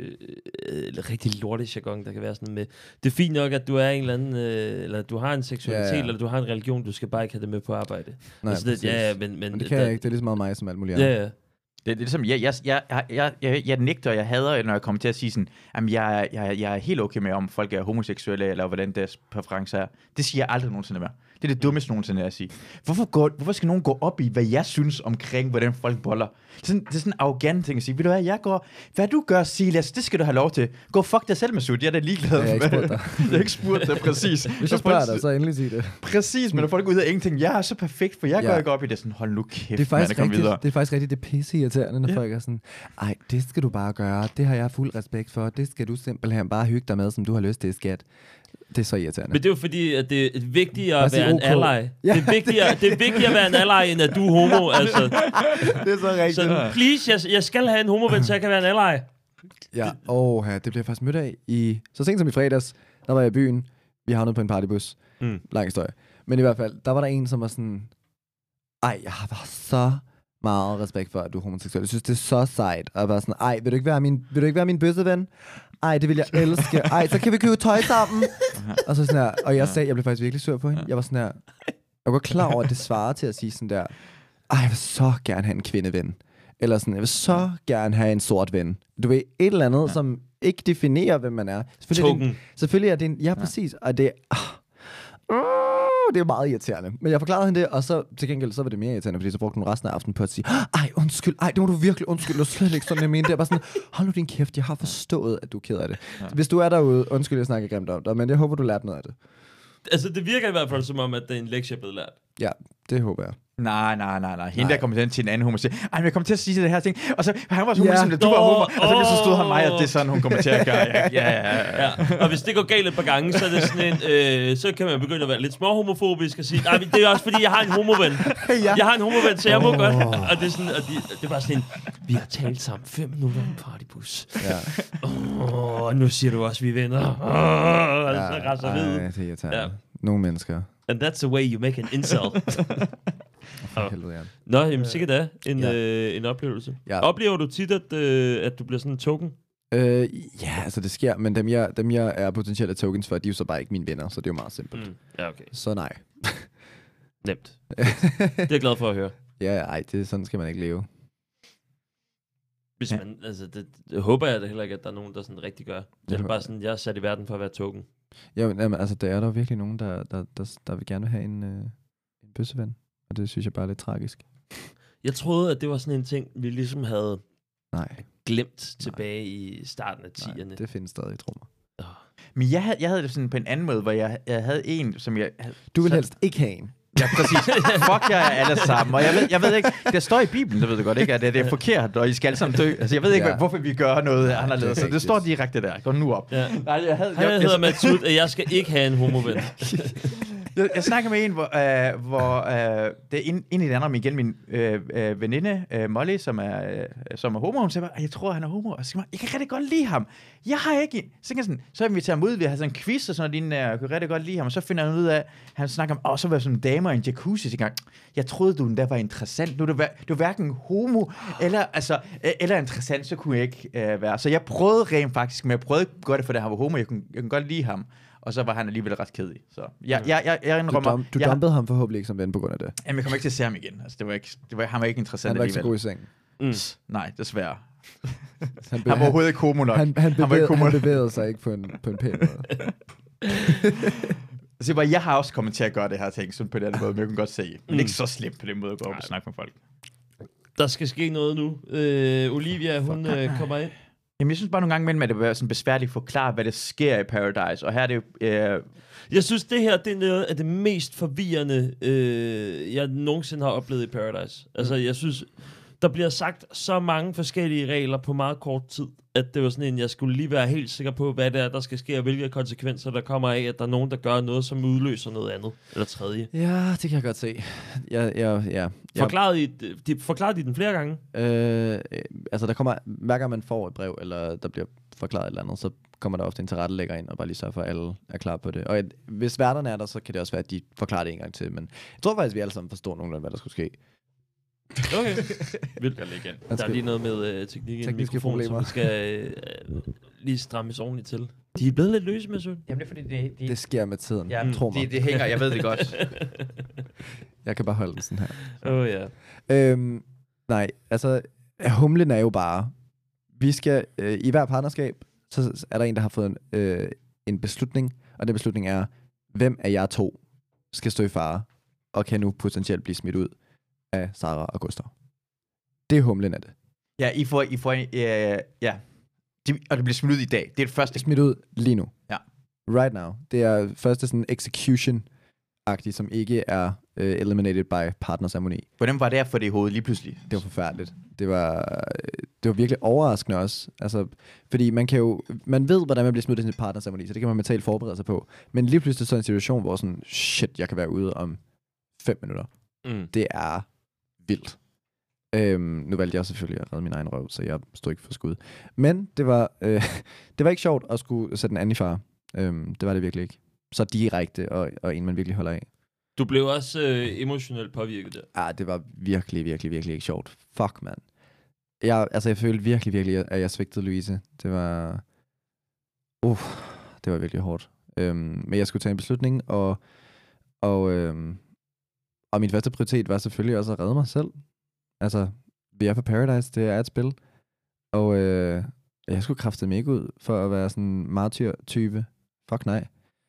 rigtig lortejargon, der kan være sådan med, det er fint nok, at du er en eller anden, eller du har en seksualitet, eller du har en religion, du skal bare ikke have det med på arbejde. Nej, altså, men det kan jeg ikke, det er lige så meget mig som alt muligt andet. Ja. Det er ligesom, jeg nægter, og jeg hader, når jeg kommer til at sige sådan, jamen jeg er helt okay med, om folk er homoseksuelle, eller hvordan deres præferencer er. Det siger jeg aldrig nogensinde mere. Det er det dummeste nogensinde at sige. Hvorfor skal nogen gå op i, hvad jeg synes omkring, hvordan folk boller? Det er sådan en arrogant ting at sige. Ved du hvad, hvad du gør, Silas, det skal du have lov til. Gå fuck dig selv med sut, jeg er da ligeglad. Jeg har ikke spurgt dig, præcis. Hvis jeg spørger dig, så endelig sige det. Præcis, men når folk ud af ingenting, jeg er så perfekt, for jeg går ikke op i det. Sådan, hold nu kæft, det er faktisk rigtigt, det er pisse irriterende, når folk er sådan, ej, det skal du bare gøre, det har jeg fuld respekt for, det skal du simpelthen bare hygge dig med, som du har lyst til, skat. Det er så irriterende. Men det er jo fordi, at det er vigtigere at være en ally. Ja. Det er vigtigere at være en ally, end at du er homo. Altså. Det er så rigtigt. Så please, jeg skal have en homoven, så jeg kan være en ally. Ja, det bliver faktisk mødt af i... Så sent som i fredags, der var jeg i byen. Vi havnede på en partybus. Lang historie. Men i hvert fald, der var der en, som var sådan... Ej, jeg har bare så meget respekt for, at du er homoseksuel. Jeg synes, det er så sejt. Og bare sådan, ej, vil du ikke være min bøsseven? Ej, det vil jeg elske. Ej, så kan vi købe tøj sammen. Og så sådan her, og jeg blev faktisk virkelig sur på hende. Jeg var sådan her, jeg var klar over, at det svarer til at sige sådan der, ej, jeg vil så gerne have en kvindeven. Eller sådan, jeg vil så gerne have en sort ven. Du ved, et eller andet, som ikke definerer, hvem man er. Selvfølgelig er det en, ja, præcis. Og det det er meget irriterende. Men jeg forklarede hende det, og så til gengæld så var det mere irriterende, fordi så brugte hun resten af aftenen på at sige, ej, undskyld, ej, det må du virkelig undskylde, og slet ikke sådan, jeg mente. Det er bare sådan, hold nu din kæft, jeg har forstået, at du er ked af det. Ja. Hvis du er derude, undskyld, jeg snakker grimt om dig, men jeg håber, du lærte noget af det. Altså, det virker i hvert fald som om, at det er en lektie, jeg er blevet lært. Ja, det håber jeg. Nej. Hende der kommer til en anden homo og siger, ej, men jeg kommer til at sige det her ting. Og så han var så homo, som du var homo. Og så stod han mig, at det er sådan, hun kommer til at gøre. Ja. Og hvis det går galt et par gange, så er det sådan en, så kan man begynde at være lidt småhomofobisk og sige, nej, det er også fordi, jeg har en homoven. Jeg har en homoven, så jeg må godt. Og det er sådan, det er bare sådan en, vi har talt sammen 5 minutter om partybus. Ja. Nu siger du også, vi er venner. Så rasser ved. Det er irriterende. Nogle mennesker. And that's the way you make an incel. Nå, jamen sikkert da en oplevelse. Ja. Oplever du tit, at du bliver sådan en token? Ja, altså det sker, men dem jeg er potentielle tokens for, de er jo så bare ikke mine venner, så det er jo meget simpelt. Ja, okay. Så nej. Nemt. Det er jeg glad for at høre. Ja, ej, sådan skal man ikke leve. Hvis man, altså det håber jeg da heller ikke, at der er nogen, der sådan rigtig gør. Det er bare sådan, jeg er sat i verden for at være token. Ja, men altså der er der virkelig nogen, der vil gerne have en bøsseven. Og det synes jeg bare er lidt tragisk. Jeg troede, at det var sådan en ting, vi ligesom havde glemt tilbage i starten af 10'erne. Nej, det findes stadig, tror mig. Men jeg havde det sådan på en anden måde, hvor jeg havde en, som jeg... Du vil helst ikke have en. Ja, præcis. Fuck jer alle sammen. Og jeg ved ikke, det står i Bibelen, det ved du godt, ikke? At det er forkert, og I skal alle sammen dø. Altså, jeg ved ikke, hvorfor vi gør noget anderledes. Så det står direkte der. Gå nu op. Ja. Nej, jeg hedder Mathud, at jeg skal ikke have en homoven. Jeg snakker med en, hvor det er ind i det andet, igen min veninde, Molly, som er homo. Hun siger bare, jeg tror, han er homo. Og så siger jeg kan rigtig godt lide ham. Jeg har ikke en. Så inviterer ham ud, vi har sådan en quiz, og sådan noget, jeg kunne rigtig godt lide ham. Og så finder han ud af, han snakker om, så var sådan en damer i en jacuzzi engang. Jeg troede, du der var interessant. Nu er du hverken homo eller interessant, så kunne jeg ikke være. Så jeg prøvede rent faktisk, men jeg prøvede godt for det, han var homo. Jeg kunne godt lide ham. Og så var han alligevel ret kedelig. Så jeg indrømmer... Du dumpede ham forhåbentlig ikke som ven på grund af det. Jamen, jeg kommer ikke til at se ham igen. Altså, han var ikke interessant alligevel. Han var ikke så god i seng. Nej, desværre. Han var overhovedet ikke homo nok. Han bevægede sig ikke på en pæn måde. Så jeg har også kommet til at gøre det her ting sådan på den måde, men jeg kan godt se. Men ikke så slemt på den måde at gå op og snakke med folk. Der skal ske noget nu. Olivia, hun kommer ind. Jamen, jeg synes bare nogle gange imellem, at det er sådan besværligt at forklare, hvad der sker i Paradise. Og her er det jo... Jeg synes, det her det er noget af det mest forvirrende, jeg nogensinde har oplevet i Paradise. Altså, jeg synes, der bliver sagt så mange forskellige regler på meget kort tid, at det var sådan en, jeg skulle lige være helt sikker på, hvad det er, der skal ske, og hvilke konsekvenser der kommer af, at der er nogen, der gør noget, som udløser noget andet, eller tredje. Ja, det kan jeg godt se. Forklarede de den flere gange? Altså, der kommer, hver gang man får et brev, eller der bliver forklaret et eller andet, så kommer der ofte en tilrettelægger ind, og bare lige sørger for, at alle er klar på det. Og hvis værterne er der, så kan det også være, at de forklarer det en gang til. Men jeg tror faktisk, vi alle sammen forstår nogenlunde, hvad der skulle ske. Okay. Vildt. Der er lige noget med tekniske problemer, som skal lige strammes ordentligt til. De er blevet lidt løse med søn. Jamen det er fordi, det sker med tiden. Ja, tro mig. Det hænger, jeg ved det godt. Jeg kan bare holde den sådan her. Ja. Nej, altså, humlen er jo bare, vi skal, i hver partnerskab, så er der en, der har fået en beslutning, og den beslutning er, hvem af jer to skal stå i fare, og kan nu potentielt blive smidt ud af Sarah og Gustav. Det er humlen af det. Ja, I får og det bliver smidt ud i dag. Det er det første. Smidt ud lige nu. Ja. Right now. Det er første sådan execution-agtigt, som ikke er eliminated by partnerceremoni. Hvordan var det at få det i hovedet lige pludselig? Det var forfærdeligt. Det var virkelig overraskende også. Altså, fordi man ved, hvordan man bliver smidt i sin partnerceremoni, så det kan man mentalt forberede sig på. Men lige pludselig så er en situation, hvor sådan, shit, jeg kan være ude om 5 minutter. Det er vildt. Nu valgte jeg selvfølgelig at redde min egen røv, så jeg stod ikke for skud. Men det var ikke sjovt at skulle sætte en anden i fare. Det var det virkelig ikke. Så direkte, og en man virkelig holder af. Du blev også emotionelt påvirket der. Ja, det var virkelig, virkelig, virkelig ikke sjovt. Fuck, mand. Jeg følte virkelig, virkelig, at jeg svigtede Louise. Det var virkelig hårdt. Men jeg skulle tage en beslutning, og min første prioritet var selvfølgelig også at redde mig selv. Altså, vi er på Paradise, det er et spil. Og jeg skulle kraftedeme ikke ud for at være sådan en martyr-type. Fuck nej.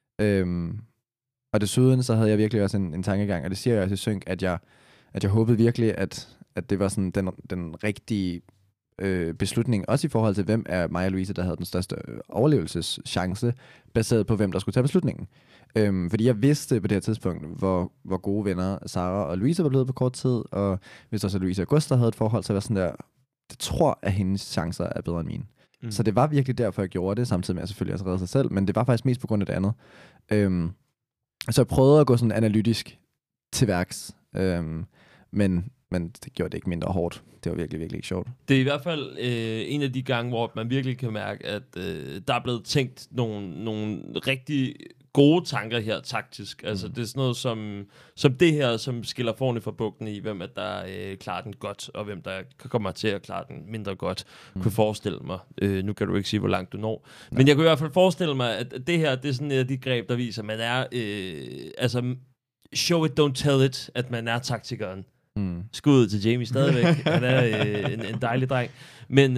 Og desuden så havde jeg virkelig også en tankegang, og det siger jeg også i synk, at jeg håbede virkelig, at det var sådan den rigtige beslutning, også i forhold til, hvem er mig og Louise, der havde den største overlevelseschance, baseret på, hvem der skulle tage beslutningen. Fordi jeg vidste på det her tidspunkt, hvor gode venner Sarah og Louise var blevet på kort tid, og hvis også Louise og Gustav havde et forhold, så var sådan der, jeg tror, at hendes chancer er bedre end mine. Så det var virkelig derfor, jeg gjorde det, samtidig med at jeg selvfølgelig også redde sig selv, men det var faktisk mest på grund af det andet. Så jeg prøvede at gå sådan analytisk til værks, men det gjorde det ikke mindre hårdt. Det var virkelig, virkelig ikke sjovt. Det er i hvert fald en af de gange, hvor man virkelig kan mærke, at der er blevet tænkt nogle rigtig gode tanker her taktisk. Altså det er sådan noget som det her, som skiller forne fra bugten i, hvem at der klarer den godt, og hvem der kommer til at klare den mindre godt. Kunne forestille mig. Nu kan du ikke sige, hvor langt du når. Nej. Men jeg kunne i hvert fald forestille mig, at det her, det er sådan et af de greb, der viser, at man er altså show it, don't tell it, at man er taktikeren. Skud til Jamie stadigvæk. Han er en dejlig dreng. Men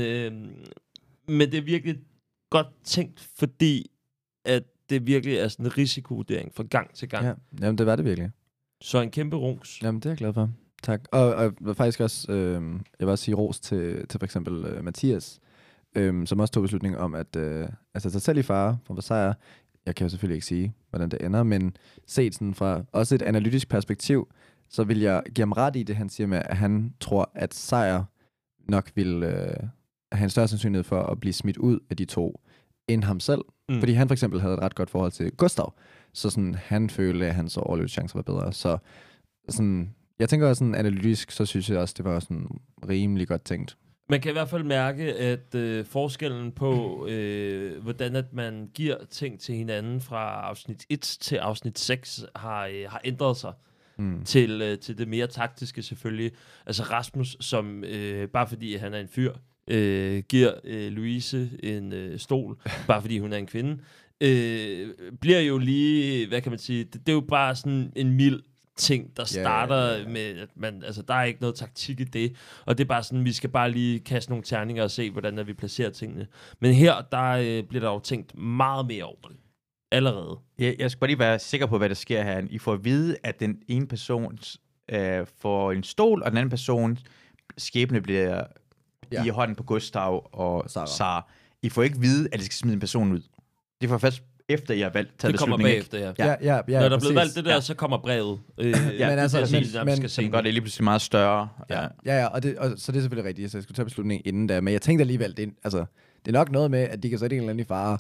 det er virkelig godt tænkt, fordi at det virkelig er sådan en risikovurdering fra gang til gang. Ja, jamen det var det virkelig. Så en kæmpe ros. Jamen det er jeg glad for. Tak. Og faktisk også, jeg vil også sige ros til for eksempel Mathias, som også tog beslutningen om at tage sig selv i fare for at sejre. Jeg kan jo selvfølgelig ikke sige, hvordan det ender, men set sådan fra også et analytisk perspektiv, så vil jeg give ham ret i det, han siger med, at han tror, at sejr nok vil have en større sandsynlighed for at blive smidt ud af de to, end ham selv. Fordi han for eksempel havde et ret godt forhold til Gustav, så sådan, han følte, at hans overlevelseschancer var bedre. Så sådan, jeg tænker også sådan analytisk, så synes jeg også, det var sådan rimelig godt tænkt. Man kan i hvert fald mærke, at forskellen på, hvordan at man giver ting til hinanden fra afsnit 1 til afsnit 6, har ændret sig. Til det mere taktiske selvfølgelig. Altså Rasmus, som bare fordi han er en fyr, giver Louise en stol, bare fordi hun er en kvinde, bliver jo lige, hvad kan man sige, det er jo bare sådan en mild ting, der starter med, at man, altså der er ikke noget taktik i det, og det er bare sådan, vi skal bare lige kaste nogle terninger og se, hvordan vi placerer tingene. Men her, der bliver der jo tænkt meget mere over det. Allerede. Ja, jeg skal bare lige være sikker på, hvad der sker her. I får at vide, at den ene person får en stol, og den anden person skæbne bliver i hånden på Gustav og Sarah. I får ikke vide, at de skal smide en person ud. Det får først efter I har valgt taget det kommer bagefter, ja. Ja, når der er blevet valgt det der, ja. så kommer brevet. Men altså, men gør det lige pludselig meget større. Ja, og så det er selvfølgelig rigtigt, så jeg skulle tage beslutningen inden da, men jeg tænkte alligevel, det er nok noget med, at de kan sætte en eller anden i fare.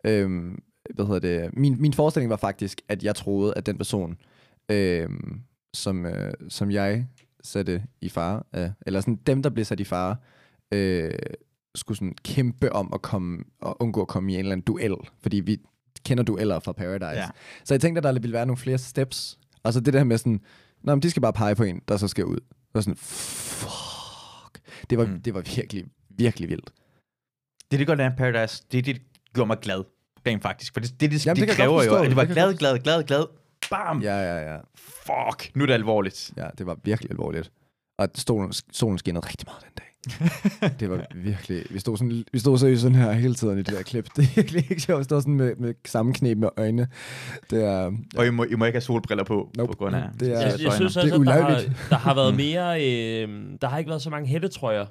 Min forestilling var faktisk, at jeg troede, at den person, som jeg satte i fare, eller sådan dem, der blev sat i fare, skulle sådan kæmpe om at undgå at komme i en eller anden duel, fordi vi kender dueller fra Paradise. Ja. Så jeg tænkte, at der ville være nogle flere steps, og så det der med sådan, men de skal bare pege på en, der så skal ud. Det var sådan, fuck. Det var virkelig, virkelig vildt. Det godt er Paradise, det gjorde mig glad, rent faktisk, for det kræver jo, at det var glad. Bam! Ja. Fuck, nu er det alvorligt. Ja, det var virkelig alvorligt. Og solen skinnede rigtig meget den dag. Det var virkelig... Vi stod seriøst sådan her hele tiden i det der klip. Det er virkelig ikke sjovt at stå sådan med sammenkneb med øjne. Det er... Og I må ikke have solbriller på grund af... Jeg synes også, at der har været mere... der har ikke været så mange hættetrøjer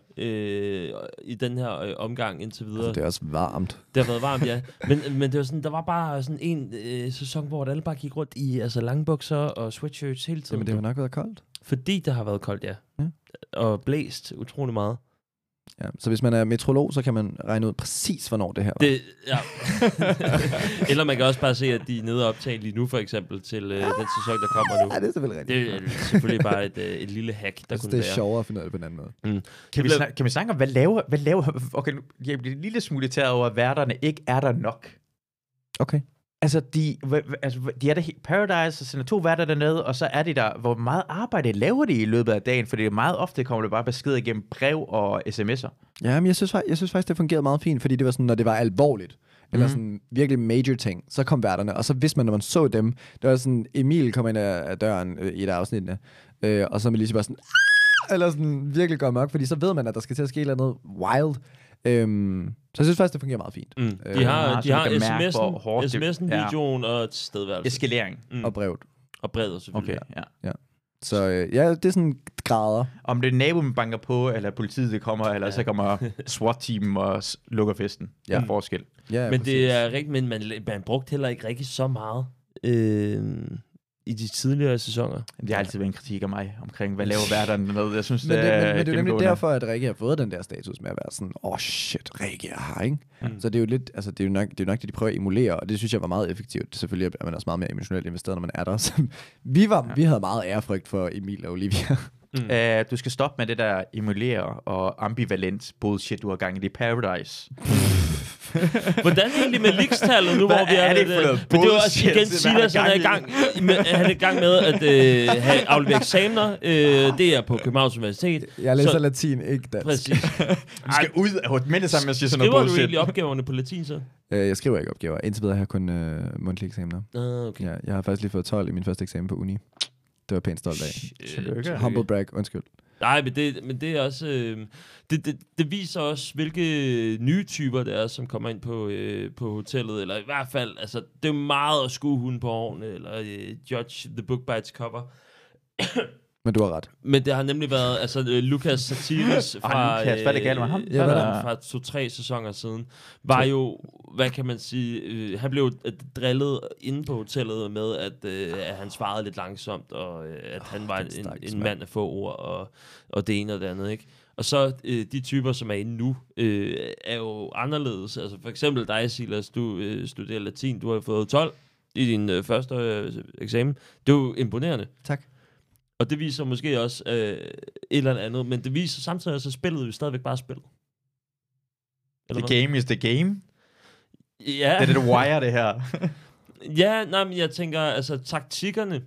i den her omgang indtil videre. Altså, det er også varmt. Det har været varmt, ja. Men det var sådan, der var bare sådan en sæson, hvor alle bare gik rundt i langbukser og sweatshirts hele tiden. Jamen, det har nok været koldt. Fordi det har været koldt, ja. Og blæst utrolig meget. Ja, så hvis man er meteorolog, så kan man regne ud præcis, hvornår det her var. Ja. Eller man kan også bare se, at de er nede og optage lige nu, for eksempel, til den sæson, der kommer nu. Ja, det er selvfølgelig rigtigt. Det er selvfølgelig bare et lille hack, der kunne være. Det er sjovere at finde ud af det på en anden måde. Kan vi snakke om, hvad laver... Okay, jeg bliver en lille smule irriteret over, at værterne ikke er der nok. Okay. Altså, de er der Paradise, og sender 2 værter dernede, og så er de der. Hvor meget arbejde laver de i løbet af dagen? Fordi meget ofte kommer det bare besked igennem brev og sms'er. Ja, men jeg synes faktisk, det fungerede meget fint, fordi det var sådan, når det var alvorligt, eller sådan virkelig major ting, så kom værterne, og så vidste man, når man så dem, det var sådan, Emil kom ind af døren i et afsnit, og så Melissa bare sådan, eller sådan virkelig går mørk, fordi så ved man, at der skal til at ske noget wild. Så jeg synes faktisk, det fungerer meget fint. De har sms'en, videoen og tilstedeværelse. Eskalering. Og brevet. Og brevet, selvfølgelig. Okay, ja. Så ja, det er sådan grader. Om det er naboen banker på, eller politiet det kommer, eller så kommer SWAT-teamen og lukker festen. Ja. Det er en forskel. Ja, men det er rigtigt, men man brugte heller ikke rigtig så meget i de tidligere sæsoner. Det har altid været en kritik af mig omkring, hvad laver værterne noget. Jeg synes, men det er jo nemlig derfor, at Rikke har fået den der status med at være sådan, shit, Rikke er her, ikke? Så det er jo lidt, altså det er jo nok det, de prøver at emulere, og det synes jeg var meget effektivt. Selvfølgelig er man også meget mere emotionelt investeret, når man er der. Så vi havde meget ærefrygt for Emil og Olivia. Du skal stoppe med det der emulere og ambivalent bullshit, du har gang i det Paradise. Hvordan egentlig med leaks-tallet nu, hvor vi er det for noget bullshit? Men det er også igen Silas, han er i gang med at have afleveret eksamener. Det er på Københavns Universitet. Jeg læser latin, ikke dansk. Præcis. Du skal ud med det samme, jeg siger sådan noget bullshit. Skriver du egentlig opgaverne på latin så? Jeg skriver ikke opgaver. Indtil videre har jeg kun mundtlige eksamener. Okay. Ja, jeg har faktisk lige fået 12 i min første eksamen på uni. Det var pænt stolt af. Humble brag, undskyld. Nej, men det er også... Det viser også, hvilke nye typer det er, som kommer ind på hotellet. Eller i hvert fald, altså, det er meget at skue hunden på hårene, eller judge the book by its cover. Men du har ret. Men det har nemlig været, altså, Lukas Satiris fra... Lukas, hvad er det galt med ham? Fra 2-3 sæsoner siden, var jo, hvad kan man sige, han blev drillet inde på hotellet med, at han svarede lidt langsomt, og at han var en mand af få ord, og det ene og det andet, ikke? Og så de typer, som er inde nu, er jo anderledes. Altså for eksempel dig, Silas, du studerer latin, du har fået 12 i din første eksamen. Det er jo imponerende. Tak. Og det viser måske også et eller andet, men det viser samtidig også, at spillet jo stadigvæk bare spillet. The game is the game? Ja. Det er det wire, det her. Ja, nej, men jeg tænker, altså taktikkerne,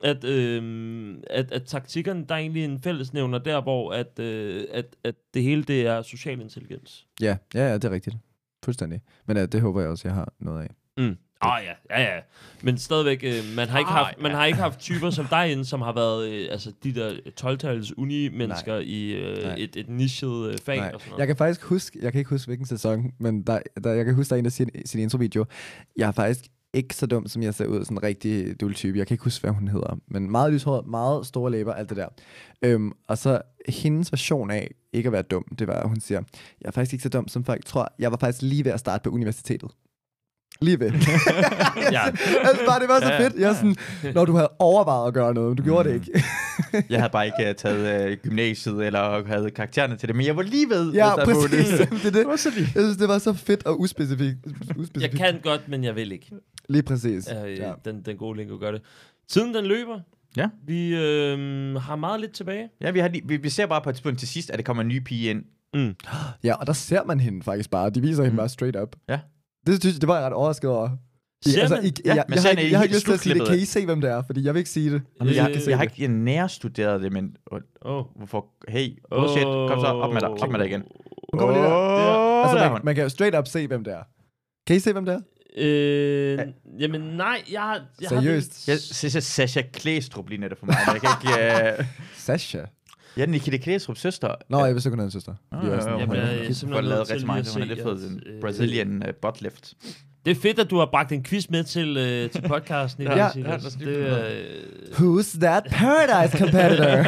at taktikkerne, der er egentlig en fællesnævner der, hvor at det hele, det er social intelligens. Ja, det er rigtigt. Fuldstændig. Men det håber jeg også, jeg har noget af. Ja. Men stadigvæk, man har ikke haft typer som dig inde, som har været altså de der 12-tals uni-mennesker i et nichet fag. Nej. Og sådan noget. Jeg kan ikke huske hvilken sæson, men jeg kan huske, der er en, der siger sin introvideo. Jeg er faktisk ikke så dum, som jeg ser ud, sådan en rigtig dul type. Jeg kan ikke huske, hvad hun hedder. Men meget lyshåret, meget store læber, alt det der. Og så hendes version af ikke at være dum, det var, at hun siger, jeg er faktisk ikke så dum, som folk tror. Jeg var faktisk lige ved at starte på universitetet. Lige ved. Ja. Altså bare, det var så fedt. Jeg er sådan, når du havde overvejet at gøre noget, men du gjorde det ikke. Jeg havde bare ikke taget gymnasiet, eller havde karaktererne til det, men jeg var lige ved. Ja, præcis. Det var så lige. Jeg synes, det var så fedt og uspecifikt. Jeg kan godt, men jeg vil ikke. Lige præcis. Ja. Den gode Lingo gør det. Tiden den løber. Ja. Vi har meget lidt tilbage. Ja, vi ser bare på et tidspunkt til sidst, at der kommer en ny pige ind. Ja, og der ser man hende faktisk bare. De viser hende bare straight up. Ja. Det var jeg ret overrasket over. Jeg har ikke lyst til at sige det. Kan I se, hvem det er? Fordi jeg vil ikke sige det. Jeg har ikke nærstuderet det, men... Hvorfor? Hey, shit. Kom så, op med dig igen. Hun kommer lige der. Altså, man kan jo straight up se, hvem det er. Kan I se, hvem det er? Jamen nej, jeg seriøst? Jeg synes, Sasha Klæstrup lige netop for mig. Jeg kan ikke... Sasha? Ja, Nikita Klæstrups søster. Nå, jeg vidste ikke, hun havde en søster. Jeg får lavet rigtig meget. Hun har lidt fået en Brazilian butt lift. Det er fedt, at du har bragt en quiz med til podcasten. Ja. Who's that Paradise competitor?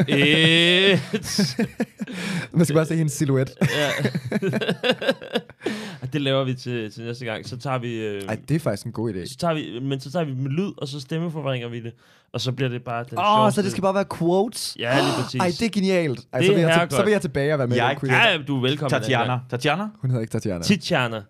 Man skal bare se hendes silhuet. Det laver vi til næste gang. Så tager vi... Ej, det er faktisk en god idé. Så tager vi med lyd, og så stemmeforvrænger vi det. Og så bliver det bare den så det skal bare være quotes? Ja, lige præcis. Ej, det er genialt. Ej, så vil jeg tilbage og være med i den quiz. Ja, du er velkommen. Tatiana? Hun hedder ikke Tatiana. Titiana.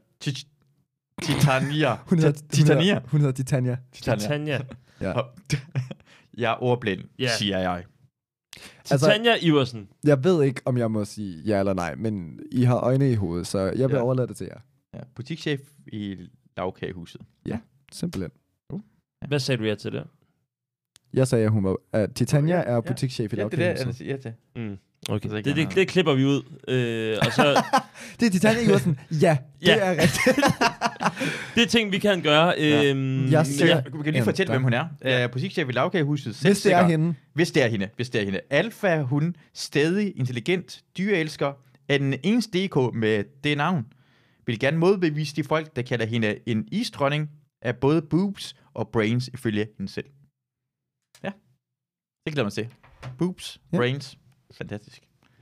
Titania. Hun hedder Titania. Titania. Ja. Jeg er ordblind, siger jeg. Titania Iversen. Jeg ved ikke, om jeg må sige ja eller nej, men I har øjne i hovedet, så jeg vil overlade det til jer. Ja, butikschef i lavkagehuset. Ja, simpelthen. Hvad sagde du ja til det? Jeg sagde, at hun var... Titania er butikschef i lavkagehuset. Ja, det er det. Okay. Det klipper vi ud. Og så... det er Titania Iversen. Ja, det er rigtigt. Det er ting, vi kan gøre. Vi kan lige fortælle, hvem hun er. Butikschef i lavkagehuset. Hvis det er hende. Hvis det er hende. Alfa, hun stadig intelligent, dyreelsker, er den eneste DK med det navn. Vil gerne modbevise de folk, der kalder hende en isdronning af både boobs og brains, ifølge hende selv. Ja, det glæder mig til. Boobs, brains. Fantastisk.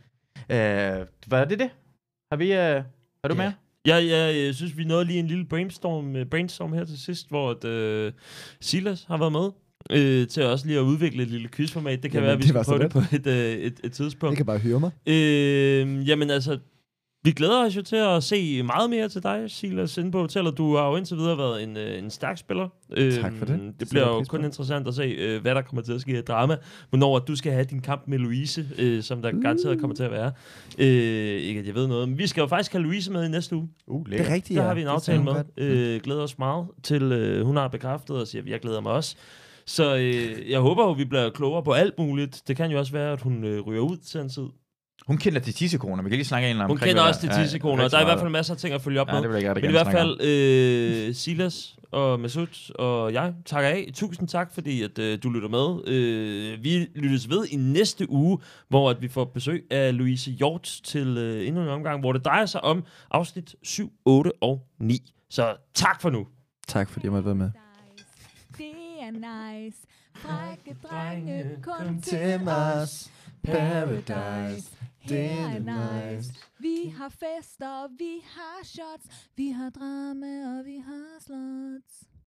Var det? Har du med? Jeg synes, vi nåede lige en lille brainstorm her til sidst, hvor Silas har været med til også lige at udvikle et lille quizformat. Det kan være, at vi skal prøve det på et tidspunkt. Det kan bare høre mig. Jamen altså, vi glæder os jo til at se meget mere til dig, Silas, inde på hotellet. Du har jo indtil videre været en stærk spiller. Tak for det. Det bliver jo kun interessant at se, hvad der kommer til at ske i drama. Hvornår du skal have din kamp med Louise, som der garanteret kommer til at være. Ikke at jeg ved noget, men vi skal jo faktisk have Louise med i næste uge. Det er rigtigt, Der har vi en aftale med. Glæder os meget til, hun har bekræftet og siger, at jeg glæder mig også. Så jeg håber at vi bliver klogere på alt muligt. Det kan jo også være, at hun ryger ud til en tid. Hun kender de tissekoner. Vi kan lige snakke en omkring. Hun kender også de tissekoner. Der er i hvert fald masser af ting at følge op med. Men i hvert fald Silas og Masud og jeg takker af. Tusind tak, fordi at du lytter med. Vi lyttes ved i næste uge, hvor at vi får besøg af Louise Hjort til endnu en omgang, hvor det drejer sig om afsnit 7, 8 og 9. Så tak for nu. Tak fordi jeg måtte være med. Det er nice. Frække drenge, kun til Mars. Paradise, det er nice. Vi har fester, vi har shots, vi har drama og vi har slots.